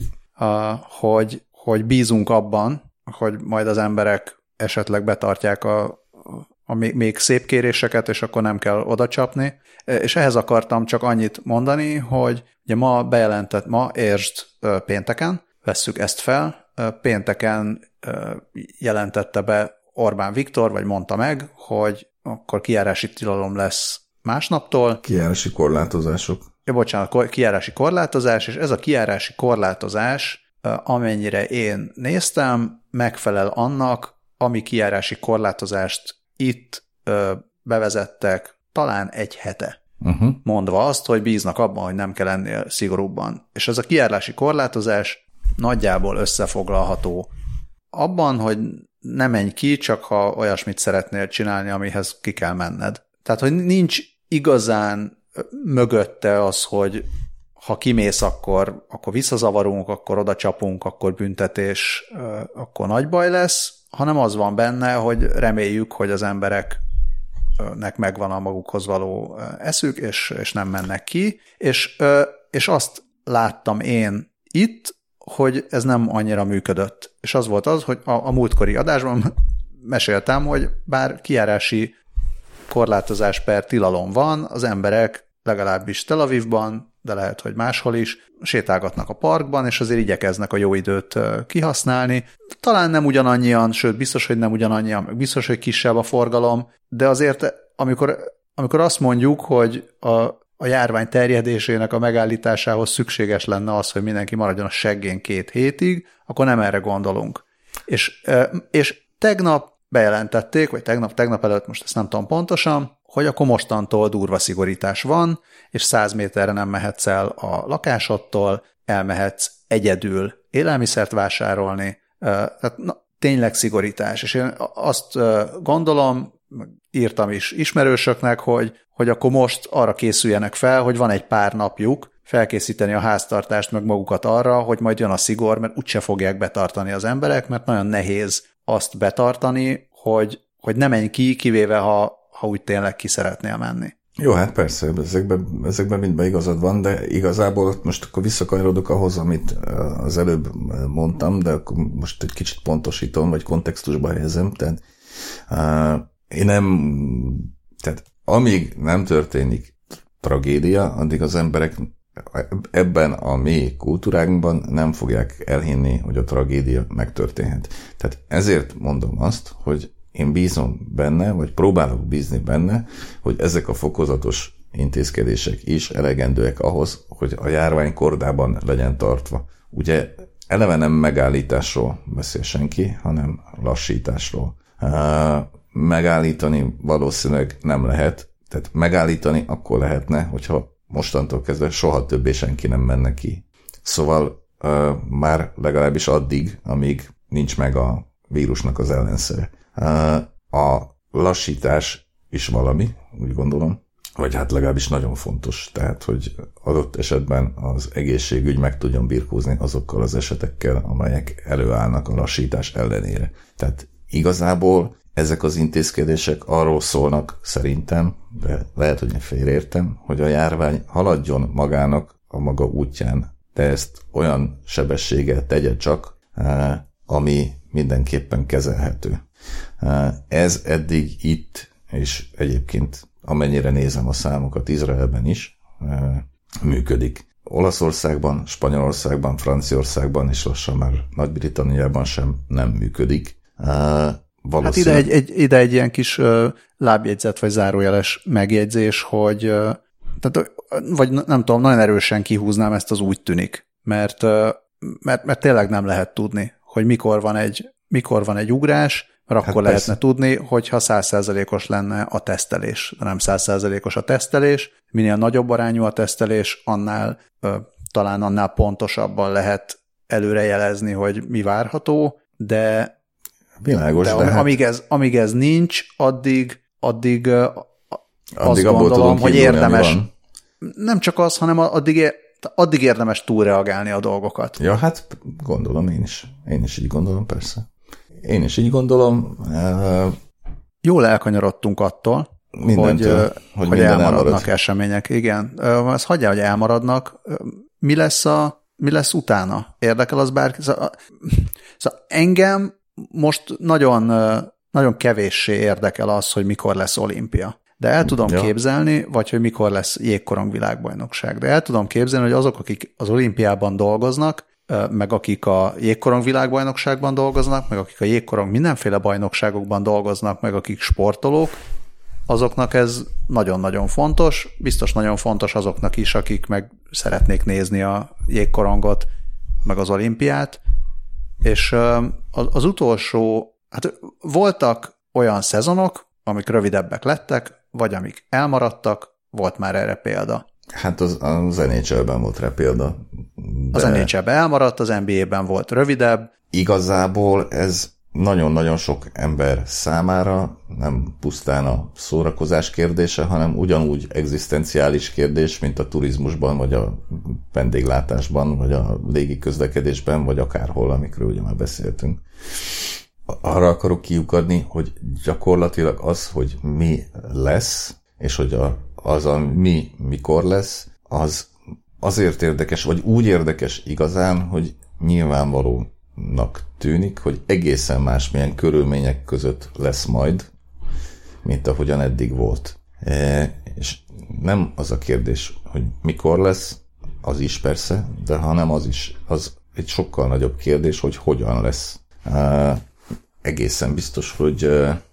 hogy, hogy bízunk abban, hogy majd az emberek esetleg betartják a, a még, még szép kéréseket, és akkor nem kell oda csapni. És ehhez akartam csak annyit mondani, hogy ugye ma bejelentett, ma értsd pénteken, vesszük ezt fel, pénteken jelentette be Orbán Viktor, vagy mondta meg, hogy akkor kijárási tilalom lesz másnaptól. Kijárási korlátozások. Ja, bocsánat, kijárási korlátozás, és ez a kijárási korlátozás, amennyire én néztem, megfelel annak, ami kijárási korlátozást itt ö, bevezettek talán egy hete. Uh-huh. Mondva azt, hogy bíznak abban, hogy nem kell ennél szigorúbban. És ez a kijárási korlátozás nagyjából összefoglalható abban, hogy ne menj ki, csak ha olyasmit szeretnél csinálni, amihez ki kell menned. Tehát, hogy nincs igazán mögötte az, hogy ha kimész, akkor, akkor visszazavarunk, akkor oda csapunk, akkor büntetés, akkor nagy baj lesz, hanem az van benne, hogy reméljük, hogy az embereknek megvan a magukhoz való eszük, és, és nem mennek ki, és, és azt láttam én itt, hogy ez nem annyira működött. És az volt az, hogy a, a múltkori adásban meséltem, hogy bár kijárási korlátozás per tilalom van, az emberek legalábbis Tel Avivban, de lehet, hogy máshol is, sétálgatnak a parkban, és azért igyekeznek a jó időt kihasználni. Talán nem ugyanannyian, sőt, biztos, hogy nem ugyanannyian, biztos, hogy kisebb a forgalom, de azért, amikor, amikor azt mondjuk, hogy a, a járvány terjedésének a megállításához szükséges lenne az, hogy mindenki maradjon a seggén két hétig, akkor nem erre gondolunk. És, és tegnap bejelentették, vagy tegnap, tegnap előtt, most ezt nem tudom pontosan, hogy akkor mostantól durva szigorítás van, és száz méterre nem mehetsz el a lakásodtól, elmehetsz egyedül élelmiszert vásárolni, tehát na, tényleg szigorítás. És én azt gondolom, írtam is ismerősöknek, hogy, hogy akkor most arra készüljenek fel, hogy van egy pár napjuk felkészíteni a háztartást, meg magukat arra, hogy majd jön a szigor, mert úgyse fogják betartani az emberek, mert nagyon nehéz azt betartani, hogy, hogy ne menj ki, kivéve ha ha úgy tényleg ki szeretnél menni. Jó, hát persze, ezekben, ezekben mindben igazad van, de igazából most akkor visszakanyarodok ahhoz, amit az előbb mondtam, de akkor most egy kicsit pontosítom, vagy kontextusba helyezem. Tehát uh, én nem, tehát amíg nem történik tragédia, addig az emberek ebben a mi kultúránkban nem fogják elhinni, hogy a tragédia megtörténhet. Tehát ezért mondom azt, hogy én bízom benne, vagy próbálok bízni benne, hogy ezek a fokozatos intézkedések is elegendőek ahhoz, hogy a járvány kordában legyen tartva. Ugye eleve nem megállításról beszél senki, hanem lassításról. Megállítani valószínűleg nem lehet, tehát megállítani akkor lehetne, hogyha mostantól kezdve soha többé senki nem menne ki. Szóval már legalábbis addig, amíg nincs meg a vírusnak az ellenszere. A lassítás is valami, úgy gondolom, vagy hát legalábbis nagyon fontos, tehát, hogy adott esetben az egészségügy meg tudjon birkózni azokkal az esetekkel, amelyek előállnak a lassítás ellenére. Tehát igazából ezek az intézkedések arról szólnak szerintem, de lehet, hogy én félreértem, hogy a járvány haladjon magának a maga útján, de ezt olyan sebességgel tegye csak, ami mindenképpen kezelhető. Ez eddig itt, és egyébként amennyire nézem a számokat Izraelben is, működik. Olaszországban, Spanyolországban, Franciaországban és lassan már Nagy-Britanniában sem nem működik. Hát ide egy, egy, ide egy ilyen kis uh, lábjegyzet vagy zárójeles megjegyzés, hogy uh, tehát, vagy nem tudom, nagyon erősen kihúznám ezt az úgy tűnik, mert, uh, mert, mert tényleg nem lehet tudni, hogy mikor van egy, mikor van egy ugrás, mert akkor hát lehetne tudni, hogyha száz százalékos lenne a tesztelés, de nem száz százalékos a tesztelés. Minél nagyobb arányú a tesztelés, annál ö, talán annál pontosabban lehet előrejelezni, hogy mi várható, de, Világos, de, de hát... amíg, ez, amíg ez nincs, addig, addig, ö, addig azt gondolom, hogy érdemes. Nem csak az, hanem addig, addig érdemes túlreagálni a dolgokat. Ja, hát gondolom én is. Én is így gondolom, persze. Én is így gondolom. Uh, Jól elkanyarodtunk attól, mindentől, hogy, hogy, hogy elmaradnak elmarad. események. Igen. Ezt hagyjál, hogy elmaradnak. Mi lesz, a, mi lesz utána? Érdekel az bárki? Szóval, szóval engem most nagyon, nagyon kevéssé érdekel az, hogy mikor lesz olimpia. De el tudom ja. képzelni, vagy hogy mikor lesz jégkorong világbajnokság. De el tudom képzelni, hogy azok, akik az olimpiában dolgoznak, meg akik a jégkorong világbajnokságban dolgoznak, meg akik a jégkorong mindenféle bajnokságokban dolgoznak, meg akik sportolók, azoknak ez nagyon-nagyon fontos. Biztos nagyon fontos azoknak is, akik meg szeretnék nézni a jégkorongot, meg az olimpiát. És az utolsó, hát voltak olyan szezonok, amik rövidebbek lettek, vagy amik elmaradtak, volt már erre példa. Hát az, az en há el-ben volt rá példa. De... Az en há el-ben elmaradt, az en bé á-ben volt rövidebb. Igazából ez nagyon-nagyon sok ember számára nem pusztán a szórakozás kérdése, hanem ugyanúgy egzisztenciális kérdés, mint a turizmusban, vagy a vendéglátásban, vagy a légiközlekedésben, vagy akárhol, amikről ugye már beszéltünk. Arra akarok kiukadni, hogy gyakorlatilag az, hogy mi lesz, és hogy a, az a mi mikor lesz, az azért érdekes, vagy úgy érdekes igazán, hogy nyilvánvalónak tűnik, hogy egészen másmilyen körülmények között lesz majd, mint ahogyan eddig volt. E, és nem az a kérdés, hogy mikor lesz, az is persze, de hanem az is, az egy sokkal nagyobb kérdés, hogy hogyan lesz. E, egészen biztos, hogy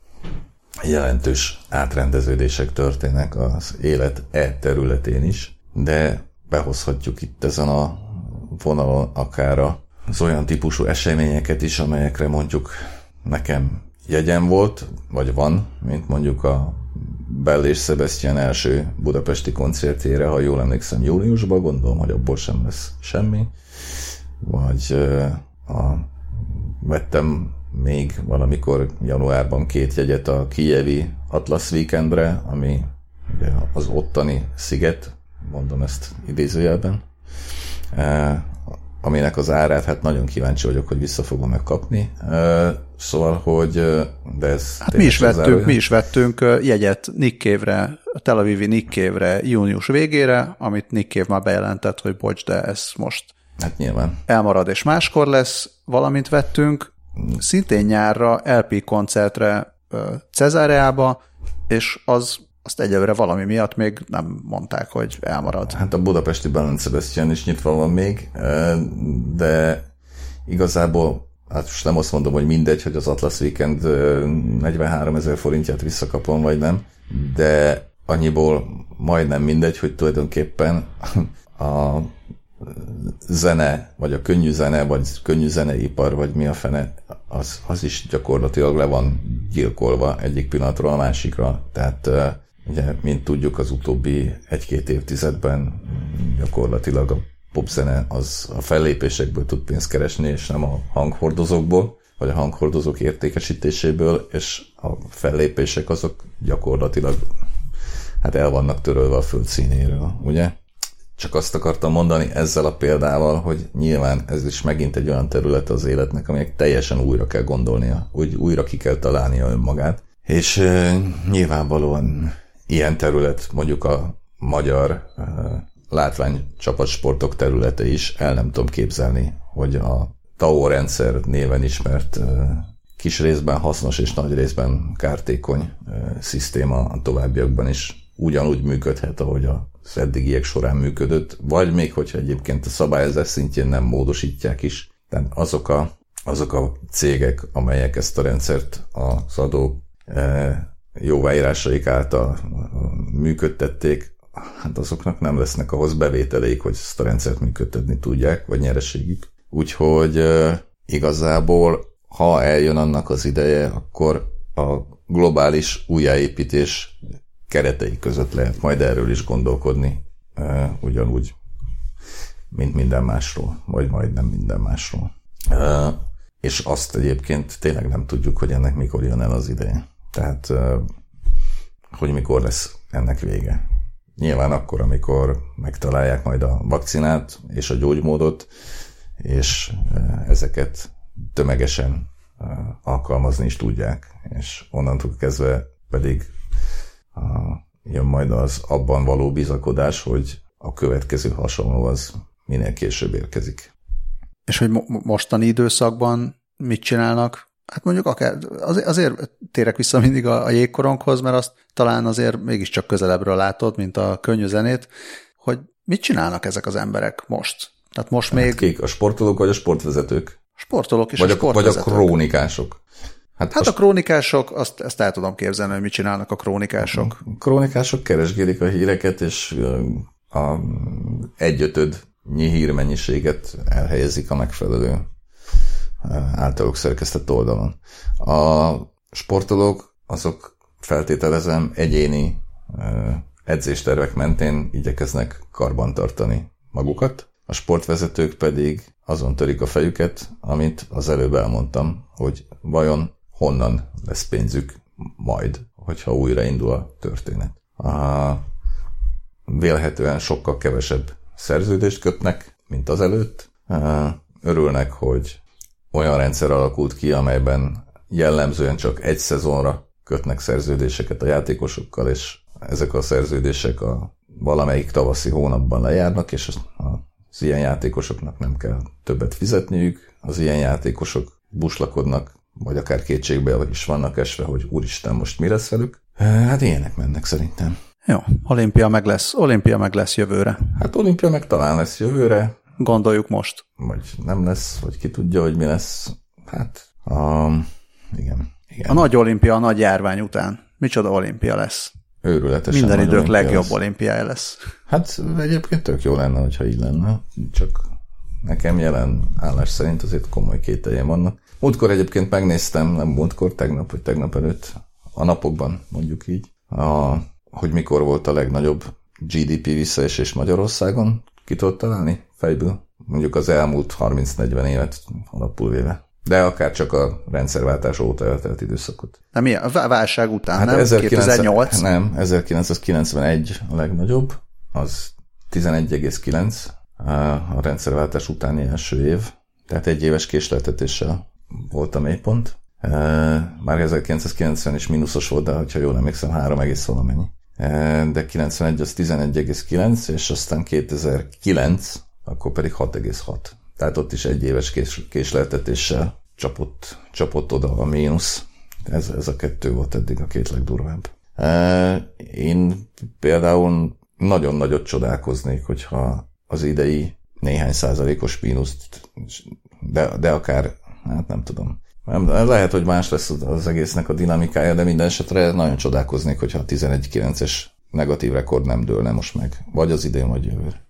jelentős átrendeződések történnek az élet e területén is, de behozhatjuk itt ezen a vonalon akár az olyan típusú eseményeket is, amelyekre mondjuk nekem jegyem volt, vagy van, mint mondjuk a Bell és Sebastian első budapesti koncertjére, ha jól emlékszem, júliusban, gondolom, hogy abból sem lesz semmi, vagy a, vettem még valamikor januárban két jegyet a kijevi Atlas Weekendre, ami ugye az ottani sziget, mondom ezt idézőjelben, e, aminek az árát, hát nagyon kíváncsi vagyok, hogy vissza fogom megkapni. E, szóval, hogy de ez... Hát mi is, vettünk, mi is vettünk jegyet Nick Cave-re, a Tel Avivi Nick Cave-re június végére, amit Nick Cave már bejelentett, hogy bocs, de ez most hát nyilván elmarad és máskor lesz, valamint vettünk, szintén nyárra el pé koncertre Cezáreába, és az, azt egyelőre valami miatt még nem mondták, hogy elmarad. Hát a budapesti Bell and Sebastian is nyitva van még, de igazából, hát most nem azt mondom, hogy mindegy, hogy az Atlas Weekend negyvenháromezer forintját visszakapom, vagy nem, de annyiból majdnem mindegy, hogy tulajdonképpen a zene, vagy a könnyű zene, vagy könnyű zeneipar, vagy mi a fene, az, az is gyakorlatilag le van gyilkolva egyik pillanatról a másikra. Tehát ugye, mint tudjuk, az utóbbi egy-két évtizedben gyakorlatilag a popzene az a fellépésekből tud pénzt keresni, és nem a hanghordozókból, vagy a hanghordozók értékesítéséből, és a fellépések azok gyakorlatilag hát el vannak törölve a föld színéről, ugye? Csak azt akartam mondani ezzel a példával, hogy nyilván ez is megint egy olyan terület az életnek, aminek teljesen újra kell gondolnia, úgy újra ki kell találnia önmagát. És e, nyilvánvalóan ilyen terület, mondjuk a magyar e, látványcsapatsportok területe is, el nem tudom képzelni, hogy a té á o rendszer néven ismert e, kis részben hasznos és nagy részben kártékony e, szisztéma a továbbiakban is ugyanúgy működhet, ahogy az eddigiek során működött, vagy még hogyha egyébként a szabályozás szintjén nem módosítják is. Tehát azok a, azok a cégek, amelyek ezt a rendszert az adó e, jóváírásaik által működtették, hát azoknak nem lesznek ahhoz bevételeik, hogy ezt a rendszert működtetni tudják, vagy nyereségük. Úgyhogy e, igazából, ha eljön annak az ideje, akkor a globális újjáépítés keretei között lehet majd erről is gondolkodni, uh, ugyanúgy, mint minden másról, vagy majdnem minden másról. Uh, és azt egyébként tényleg nem tudjuk, hogy ennek mikor jön el az ideje. Tehát, uh, hogy mikor lesz ennek vége. Nyilván akkor, amikor megtalálják majd a vakcinát és a gyógymódot, és uh, ezeket tömegesen uh, alkalmazni is tudják, és onnantól kezdve pedig A, jön majd az abban való bizakodás, hogy a következő hasonló az minél később érkezik. És hogy mo- mostani időszakban mit csinálnak? Hát mondjuk akár, azért, azért térek vissza mindig a, a jégkoronghoz, mert azt talán azért mégiscsak közelebbről látod, mint a könnyű zenét, hogy mit csinálnak ezek az emberek most? Tehát most hát még... Kik? A sportolók vagy a sportvezetők? Sportolók és vagy a sportvezetők. Vagy a krónikások. Hát, hát a krónikások, azt, ezt el tudom képzelni, hogy mit csinálnak a krónikások. A krónikások keresgélik a híreket, és a egyötödnyi hírmennyiséget elhelyezik a megfelelő általuk szerkesztett oldalon. A sportolók, azok feltételezem egyéni edzéstervek mentén igyekeznek karbantartani magukat. A sportvezetők pedig azon törik a fejüket, amit az előbb elmondtam, hogy vajon honnan lesz pénzük majd, hogyha újraindul a történet. A vélhetően sokkal kevesebb szerződést kötnek, mint az előtt. Örülnek, hogy olyan rendszer alakult ki, amelyben jellemzően csak egy szezonra kötnek szerződéseket a játékosokkal, és ezek a szerződések a valamelyik tavaszi hónapban lejárnak, és az ilyen játékosoknak nem kell többet fizetniük. Az ilyen játékosok buslakodnak, vagy akár kétségbe is vannak esve, hogy úristen, most mi lesz velük. Hát ilyenek mennek szerintem. Jó, olimpia meg lesz, olimpia meg lesz jövőre. Hát olimpia meg talán lesz jövőre. Gondoljuk most. Vagy nem lesz, vagy ki tudja, hogy mi lesz. Hát, um, igen, igen. A nagy olimpia, a nagy járvány után. Micsoda olimpia lesz? Őrületesen minden idők legjobb lesz. Olimpiája lesz. Hát egyébként tök jó lenne, hogyha így lenne. Csak nekem jelen állás szerint azért komoly kételjeim vannak. Múltkor egyébként megnéztem, nem múltkor, tegnap vagy tegnap előtt, a napokban mondjuk így, a, hogy mikor volt a legnagyobb gé dé pé visszaesés Magyarországon. Ki tudod találni fejből? Mondjuk az elmúlt harminc-negyven évet alapul véve. De akár csak a rendszerváltás óta eltelt időszakot. De mi? A válság után, hát nem? ezerkilencszáz, nem, ezerkilencszázkilencvenegy a legnagyobb, az tizenegy egész kilenc a rendszerváltás utáni első év, tehát egy éves késleltetéssel volt a mélypont. Már ezerkilencszázkilencven is mínuszos volt, de ha jól emlékszem, három egész valamennyi. De kilencvenegy az tizenegy egész kilenc, és aztán kétezer-kilenc, akkor pedig hat egész hat. Tehát ott is egy éves kés, késleltetéssel csapott, csapott oda a mínusz. Ez, ez a kettő volt eddig a két legdurvább. Én például nagyon nagyot csodálkoznék, hogyha az idei néhány százalékos mínuszt, de, de akár, hát nem tudom. Lehet, hogy más lesz az egésznek a dinamikája, de minden esetre nagyon csodálkoznék, hogyha a tizenegy kilences negatív rekord nem dőlne most meg. Vagy az idén, vagy jövőre.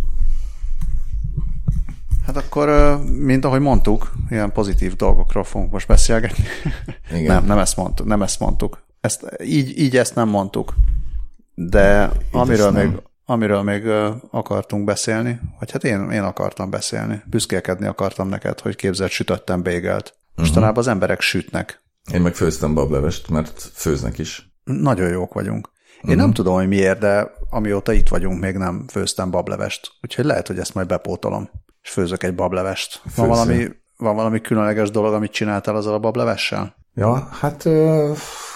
Hát akkor, mint ahogy mondtuk, ilyen pozitív dolgokról fogunk most beszélgetni. Igen. Nem, nem ezt mondtuk. Nem ezt mondtuk. Ezt, így, így ezt nem mondtuk. De így amiről még, amiről még akartunk beszélni, vagy hát én, én akartam beszélni, büszkélkedni akartam neked, hogy képzeld, sütöttem bégelt. Mostanában uh-huh. az emberek sütnek. Én meg főztem bablevest, mert főznek is. Nagyon jók vagyunk. Én uh-huh. nem tudom, hogy miért, de amióta itt vagyunk, még nem főztem bablevest. Úgyhogy lehet, hogy ezt majd bepótolom, és főzök egy bablevest. Van valami, van valami különleges dolog, amit csináltál azzal a bablevessel? Ja, hát ö,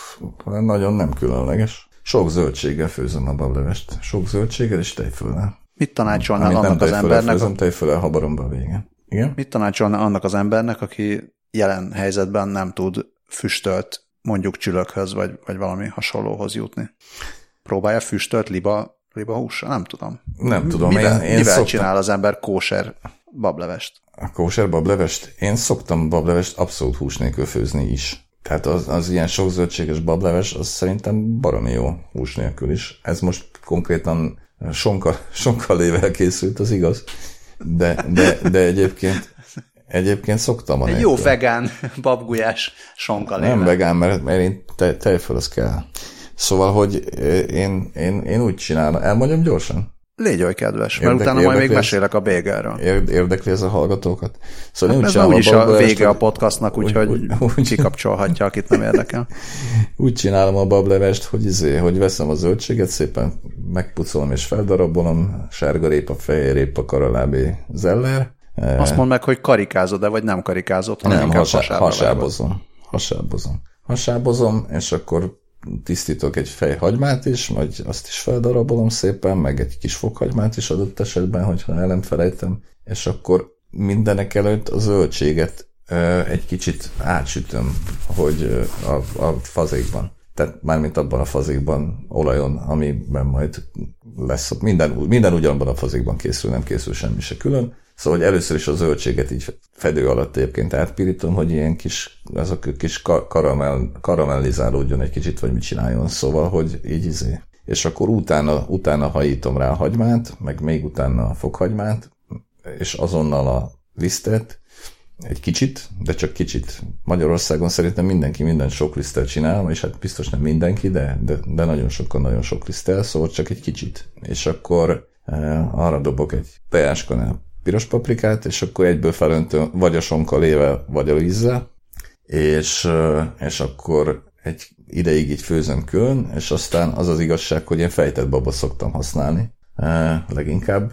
nagyon nem különleges. Sok zöldséggel főzöm a bablevest. Sok zöldséggel és tejföllel. Mit tanácsolnál annak az embernek? Főzöm, tejföllel habaromba a végén. Igen? Mit tanácsolnál annak az embernek, aki jelen helyzetben nem tud füstölt, mondjuk csülökhöz, vagy, vagy valami hasonlóhoz jutni? Próbálja füstölt liba, liba hússal? Nem tudom. Nem tudom. Mivel, én, én mivel szoktam... csinál az ember kóser bablevest? A kóser bablevest? Én szoktam bablevest abszolút hús nélkül főzni is. Tehát az, az ilyen sok zöldséges bableves, az szerintem baromi jó hús nélkül is. Ez most konkrétan sonka, sonkalével készült, az igaz. De, de, de egyébként, egyébként szoktam a Egy jó vegán babgulyás sonkalével. Nem vegán, mert, mert én te, tejföl az kell. Szóval, hogy én, én, én úgy csinálom. Elmondjam gyorsan? Légy oly kedves, mert Érdek, utána majd még mesélek a bégelről. Érdekli ez a hallgatókat? Szóval hát ez már úgyis a vége a podcastnak, úgyhogy úgy, úgy, úgy, kikapcsolhatja, akit nem érdekel. Úgy csinálom a bablevest, hogy, izé, hogy veszem a zöldséget, szépen megpucolom és feldarabolom, sárgarépa, fehérrépa, karalábé, zeller. Azt mondd meg, hogy karikázod-e, vagy nem karikázod, hanem nem, inkább hasá, hasábozom. Hasábozom. Hasábozom, és akkor tisztítok egy fej hagymát is, majd azt is feldarabolom szépen, meg egy kis fokhagymát is adott esetben, hogyha el nem felejtem, és akkor mindenek előtt a zöldséget ö, egy kicsit átsütöm, hogy ö, a, a fazékban. Tehát mármint abban a fazékban, olajon, amiben majd lesz, minden, minden ugyanabban a fazékban készül, nem készül semmi se külön. Szóval, hogy először is a zöldséget így fedő alatt egyébként átpirítom, hogy ilyen kis, azok kis karamell, karamellizálódjon egy kicsit, vagy mit csináljon. Szóval, hogy így izé. És akkor utána, utána hajítom rá a hagymát, meg még utána a fokhagymát, és azonnal a lisztet, egy kicsit, de csak kicsit. Magyarországon szerintem mindenki minden sok liszttel csinál, és hát biztos nem mindenki, de, de, de nagyon sokan nagyon sok liszttel, szóval csak egy kicsit. És akkor eh, arra dobok egy teáskanál piros paprikát, és akkor egyből felöntöm vagy a sonkalével, vagy a vízzel, és, és akkor egy ideig így főzöm külön, és aztán az az igazság, hogy én fejtett baba szoktam használni leginkább.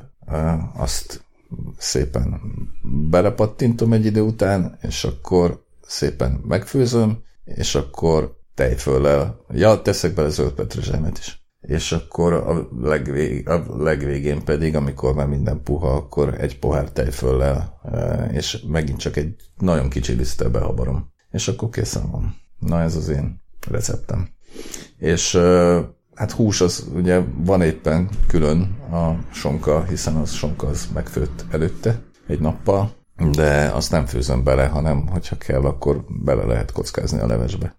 Azt szépen belepattintom egy idő után, és akkor szépen megfőzöm, és akkor tejföllel, ja, teszek bele zöld petrezselymet is. És akkor a, legvég, a legvégén pedig, amikor már minden puha, akkor egy pohár tejföllel, és megint csak egy nagyon kicsi liszttel behabarom. És akkor készen van. Na ez az én receptem. És hát hús az ugye van éppen külön a sonka, hiszen az sonka az megfőtt előtte egy nappal, de azt nem főzöm bele, hanem hogyha kell, akkor bele lehet kockázni a levesbe.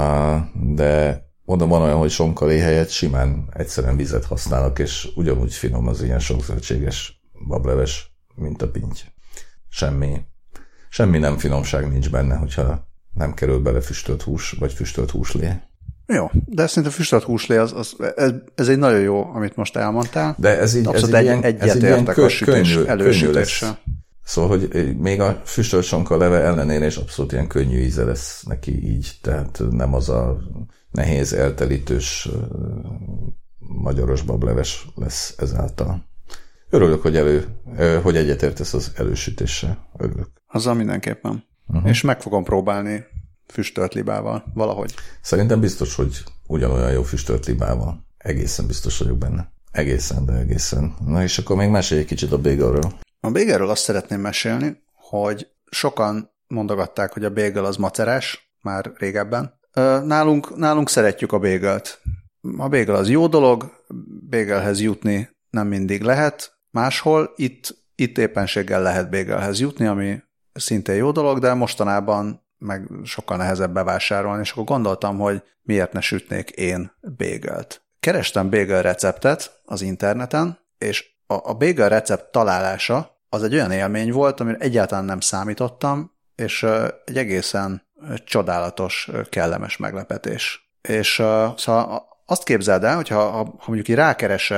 De oda van olyan, hogy sonkalé helyett simán egyszerűen vizet használok, és ugyanúgy finom az ilyen sokszövetséges bableves, mint a pinty. Semmi, semmi nem finomság nincs benne, hogyha nem kerül bele füstölt hús, vagy füstölt húslé. Jó, de szerintem füstölt húslé, az, az, ez, ez egy nagyon jó, amit most elmondtál. De ez így, ez így egy, ilyen, ez így ilyen kö, a sütés, könnyű, elősütéssel. Könnyű szóval, hogy még a füstölt sonka leve ellenére is abszolút ilyen könnyű íze lesz neki így, tehát nem az a nehéz, eltelítős magyaros bableves lesz ezáltal. Örülök, hogy, elő, hogy egyetértesz az elősütéssel. Örülök. Azzal mindenképpen. Uh-huh. És meg fogom próbálni füstölt libával, valahogy. Szerintem biztos, hogy ugyanolyan jó füstölt libával. Egészen biztos vagyok benne. Egészen, de egészen. Na és akkor még mesélj egy kicsit a bégelről. A bégelről azt szeretném mesélni, hogy sokan mondogatták, hogy a bégel az macerás, már régebben. Nálunk, nálunk szeretjük a bégelt. A bégel az jó dolog, bégelhez jutni nem mindig lehet. Máshol itt, itt éppenséggel lehet bégelhez jutni, ami szintén jó dolog, de mostanában meg sokkal nehezebb bevásárolni, és akkor gondoltam, hogy miért ne sütnék én bégelt. Kerestem bégel receptet az interneten, és a, a bégel recept találása az egy olyan élmény volt, amire egyáltalán nem számítottam, és egy egészen csodálatos, kellemes meglepetés. És uh, szóval azt képzeld el, hogyha ha, ha mondjuk így rákeresel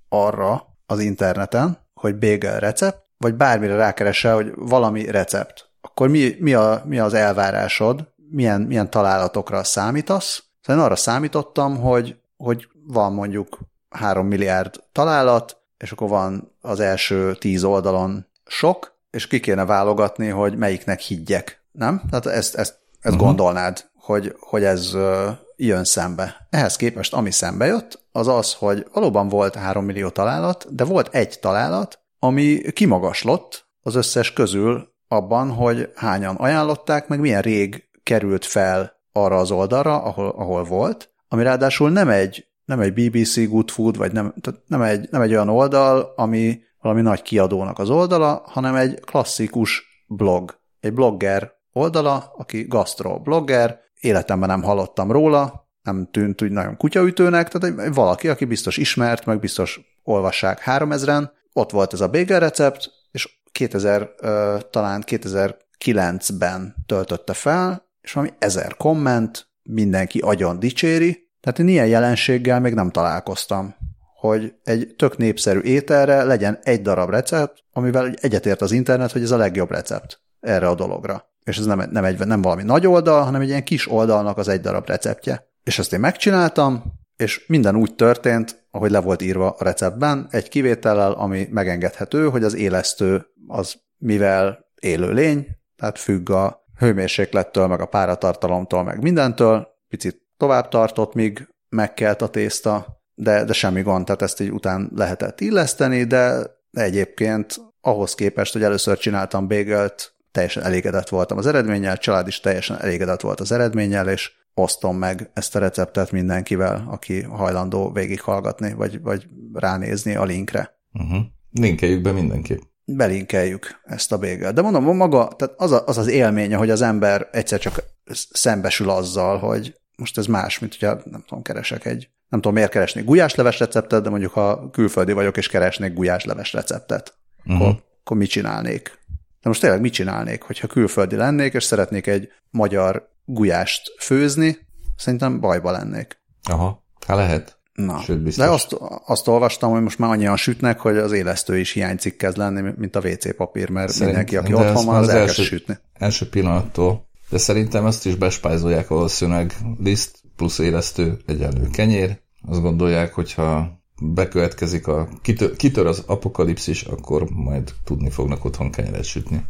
arra az interneten, hogy bagel recept, vagy bármire rákeresel, hogy valami recept, akkor mi, mi, a, mi az elvárásod, milyen, milyen találatokra számítasz? Szóval én arra számítottam, hogy, hogy van mondjuk három milliárd találat, és akkor van az első tíz oldalon sok, és ki kéne válogatni, hogy melyiknek higgyek. Nem? Tehát ezt, ezt, ezt uh-huh. gondolnád, hogy, hogy ez uh, jön szembe. Ehhez képest, ami szembe jött, az az, hogy valóban volt három millió találat, de volt egy találat, ami kimagaslott az összes közül abban, hogy hányan ajánlották, meg milyen rég került fel arra az oldalra, ahol, ahol volt, ami ráadásul nem egy, nem egy bé bé cé Good Food, vagy nem, nem, egy, nem egy olyan oldal, ami valami nagy kiadónak az oldala, hanem egy klasszikus blog. Egy blogger oldala, aki gasztro blogger, életemben nem hallottam róla, nem tűnt úgy nagyon kutyaütőnek, tehát egy, valaki, aki biztos ismert, meg biztos olvassák háromezren, ott volt ez a bagel recept, és kétezer, uh, talán kétezer-kilencben töltötte fel, és valami ezer komment, mindenki agyon dicséri, tehát én ilyen jelenséggel még nem találkoztam, hogy egy tök népszerű ételre legyen egy darab recept, amivel egyetért az internet, hogy ez a legjobb recept erre a dologra. És ez nem, nem, egy, nem valami nagy oldal, hanem egy ilyen kis oldalnak az egy darab receptje. És ezt én megcsináltam, és minden úgy történt, ahogy le volt írva a receptben, egy kivétellel, ami megengedhető, hogy az élesztő az mivel élő lény, tehát függ a hőmérséklettől, meg a páratartalomtól, meg mindentől, picit tovább tartott, míg megkelt a tészta, de, de semmi gond, tehát ezt így után lehetett illeszteni, de egyébként ahhoz képest, hogy először csináltam bagelt, teljesen elégedett voltam az eredménnyel, család is teljesen elégedett volt az eredménnyel, és osztom meg ezt a receptet mindenkivel, aki hajlandó végighallgatni, vagy, vagy ránézni a linkre. Uh-huh. Linkeljük be mindenképp. Belinkeljük ezt a bagelt. De mondom, maga, tehát az, a, az az élménye, hogy az ember egyszer csak szembesül azzal, hogy most ez más, mint hogyha nem tudom, keresek egy, nem tudom, miért keresnék gulyásleves receptet, de mondjuk ha külföldi vagyok, és keresnék gulyásleves receptet, uh-huh. akkor, akkor mit csinálnék? De most tényleg mit csinálnék, hogyha külföldi lennék, és szeretnék egy magyar gulyást főzni, szerintem bajba lennék. Aha, hát lehet. Na, sőt, de azt, azt olvastam, hogy most már annyian sütnek, hogy az élesztő is hiányzik kezd lenni, mint a vé cé papír, mert Szerint, mindenki, aki otthon van, az, az elkezd sütni. Első pillanattól, de szerintem ezt is bespájzolják valószínűleg liszt plusz élesztő egyenlő kenyér. Azt gondolják, hogyha bekövetkezik a kitör, kitör az apokalipszis, akkor majd tudni fognak otthon kenyeret sütni.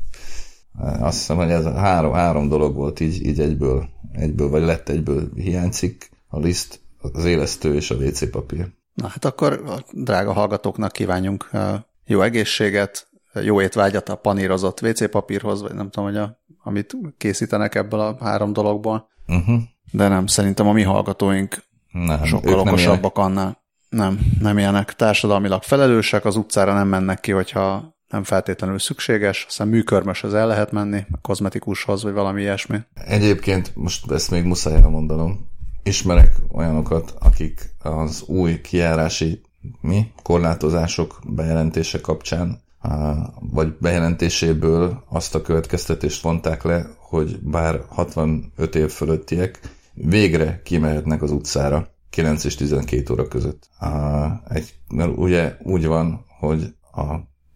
Azt hiszem, hogy ez három, három dolog volt így, így egyből, egyből, vagy lett egyből hiányzik, a liszt, az élesztő és a vé cé papír. Na hát akkor a drága hallgatóknak kívánjunk jó egészséget, jó étvágyat a panírozott vé cé papírhoz, vagy nem tudom, hogy a, amit készítenek ebből a három dologból. Uh-huh. De nem, szerintem a mi hallgatóink nem, sokkal okosabbak annál. Nem, nem ilyenek. Társadalmilag felelősek, az utcára nem mennek ki, hogyha nem feltétlenül szükséges, aztán műkörmöshöz el lehet menni, a kozmetikushoz, vagy valami ilyesmi. Egyébként most ezt még muszáj elmondanom. Ismerek olyanokat, akik az új kijárási mi, korlátozások bejelentése kapcsán, vagy bejelentéséből azt a következtetést vonták le, hogy bár hatvanöt év fölöttiek végre kimehetnek az utcára kilenc és tizenkét óra között. Egy, mert ugye úgy van, hogy a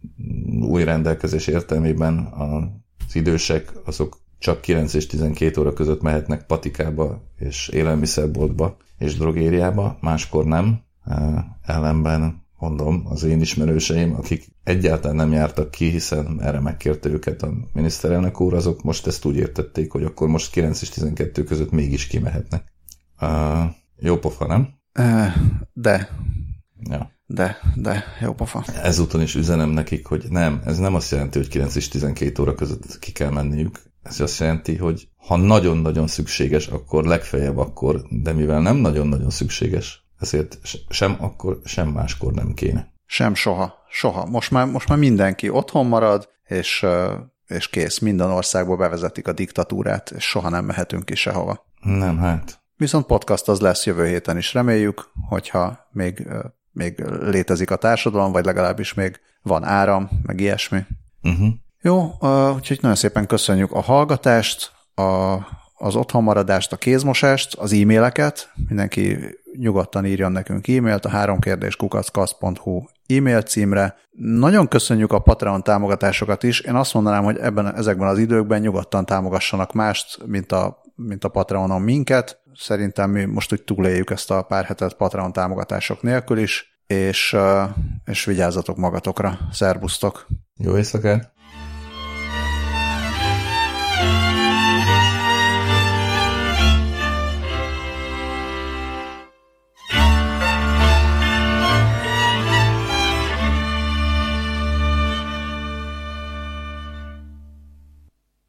új rendelkezés értelmében az idősek azok csak kilenc és tizenkét óra között mehetnek patikába és élelmiszerboltba és drogériába, máskor nem. Ellenben mondom, az én ismerőseim, akik egyáltalán nem jártak ki, hiszen erre megkérte őket a miniszterelnök úr, azok most ezt úgy értették, hogy akkor most kilenc és tizenkettő között mégis kimehetnek. Uh, jó pofa, nem? De. Ja. De, de, jó pofa. Ezúton is üzenem nekik, hogy nem, ez nem azt jelenti, hogy kilenc és tizenkét óra között ki kell menniük. Ez azt jelenti, hogy ha nagyon-nagyon szükséges, akkor legfeljebb akkor, de mivel nem nagyon-nagyon szükséges, ezért sem akkor, sem máskor nem kéne. Sem soha, soha. Most már, most már mindenki otthon marad, és, és kész. Minden országból bevezetik a diktatúrát, és soha nem mehetünk ki sehova. Nem, hát. Viszont podcast az lesz jövő héten is, reméljük, hogyha még, még létezik a társadalom, vagy legalábbis még van áram, meg ilyesmi. Uh-huh. Jó, úgyhogy nagyon szépen köszönjük a hallgatást, a, az otthonmaradást, a kézmosást, az e-maileket, mindenki nyugodtan írjon nekünk e-mailt a három kérdés kukac kasz pont hu e-mail címre. Nagyon köszönjük a Patreon támogatásokat is. Én azt mondanám, hogy ebben, ezekben az időkben nyugodtan támogassanak mást, mint a, mint a Patreonon minket. Szerintem mi most úgy túléljük ezt a pár hetet Patreon támogatások nélkül is, és, és vigyázzatok magatokra. Szerbusztok! Jó éjszakát!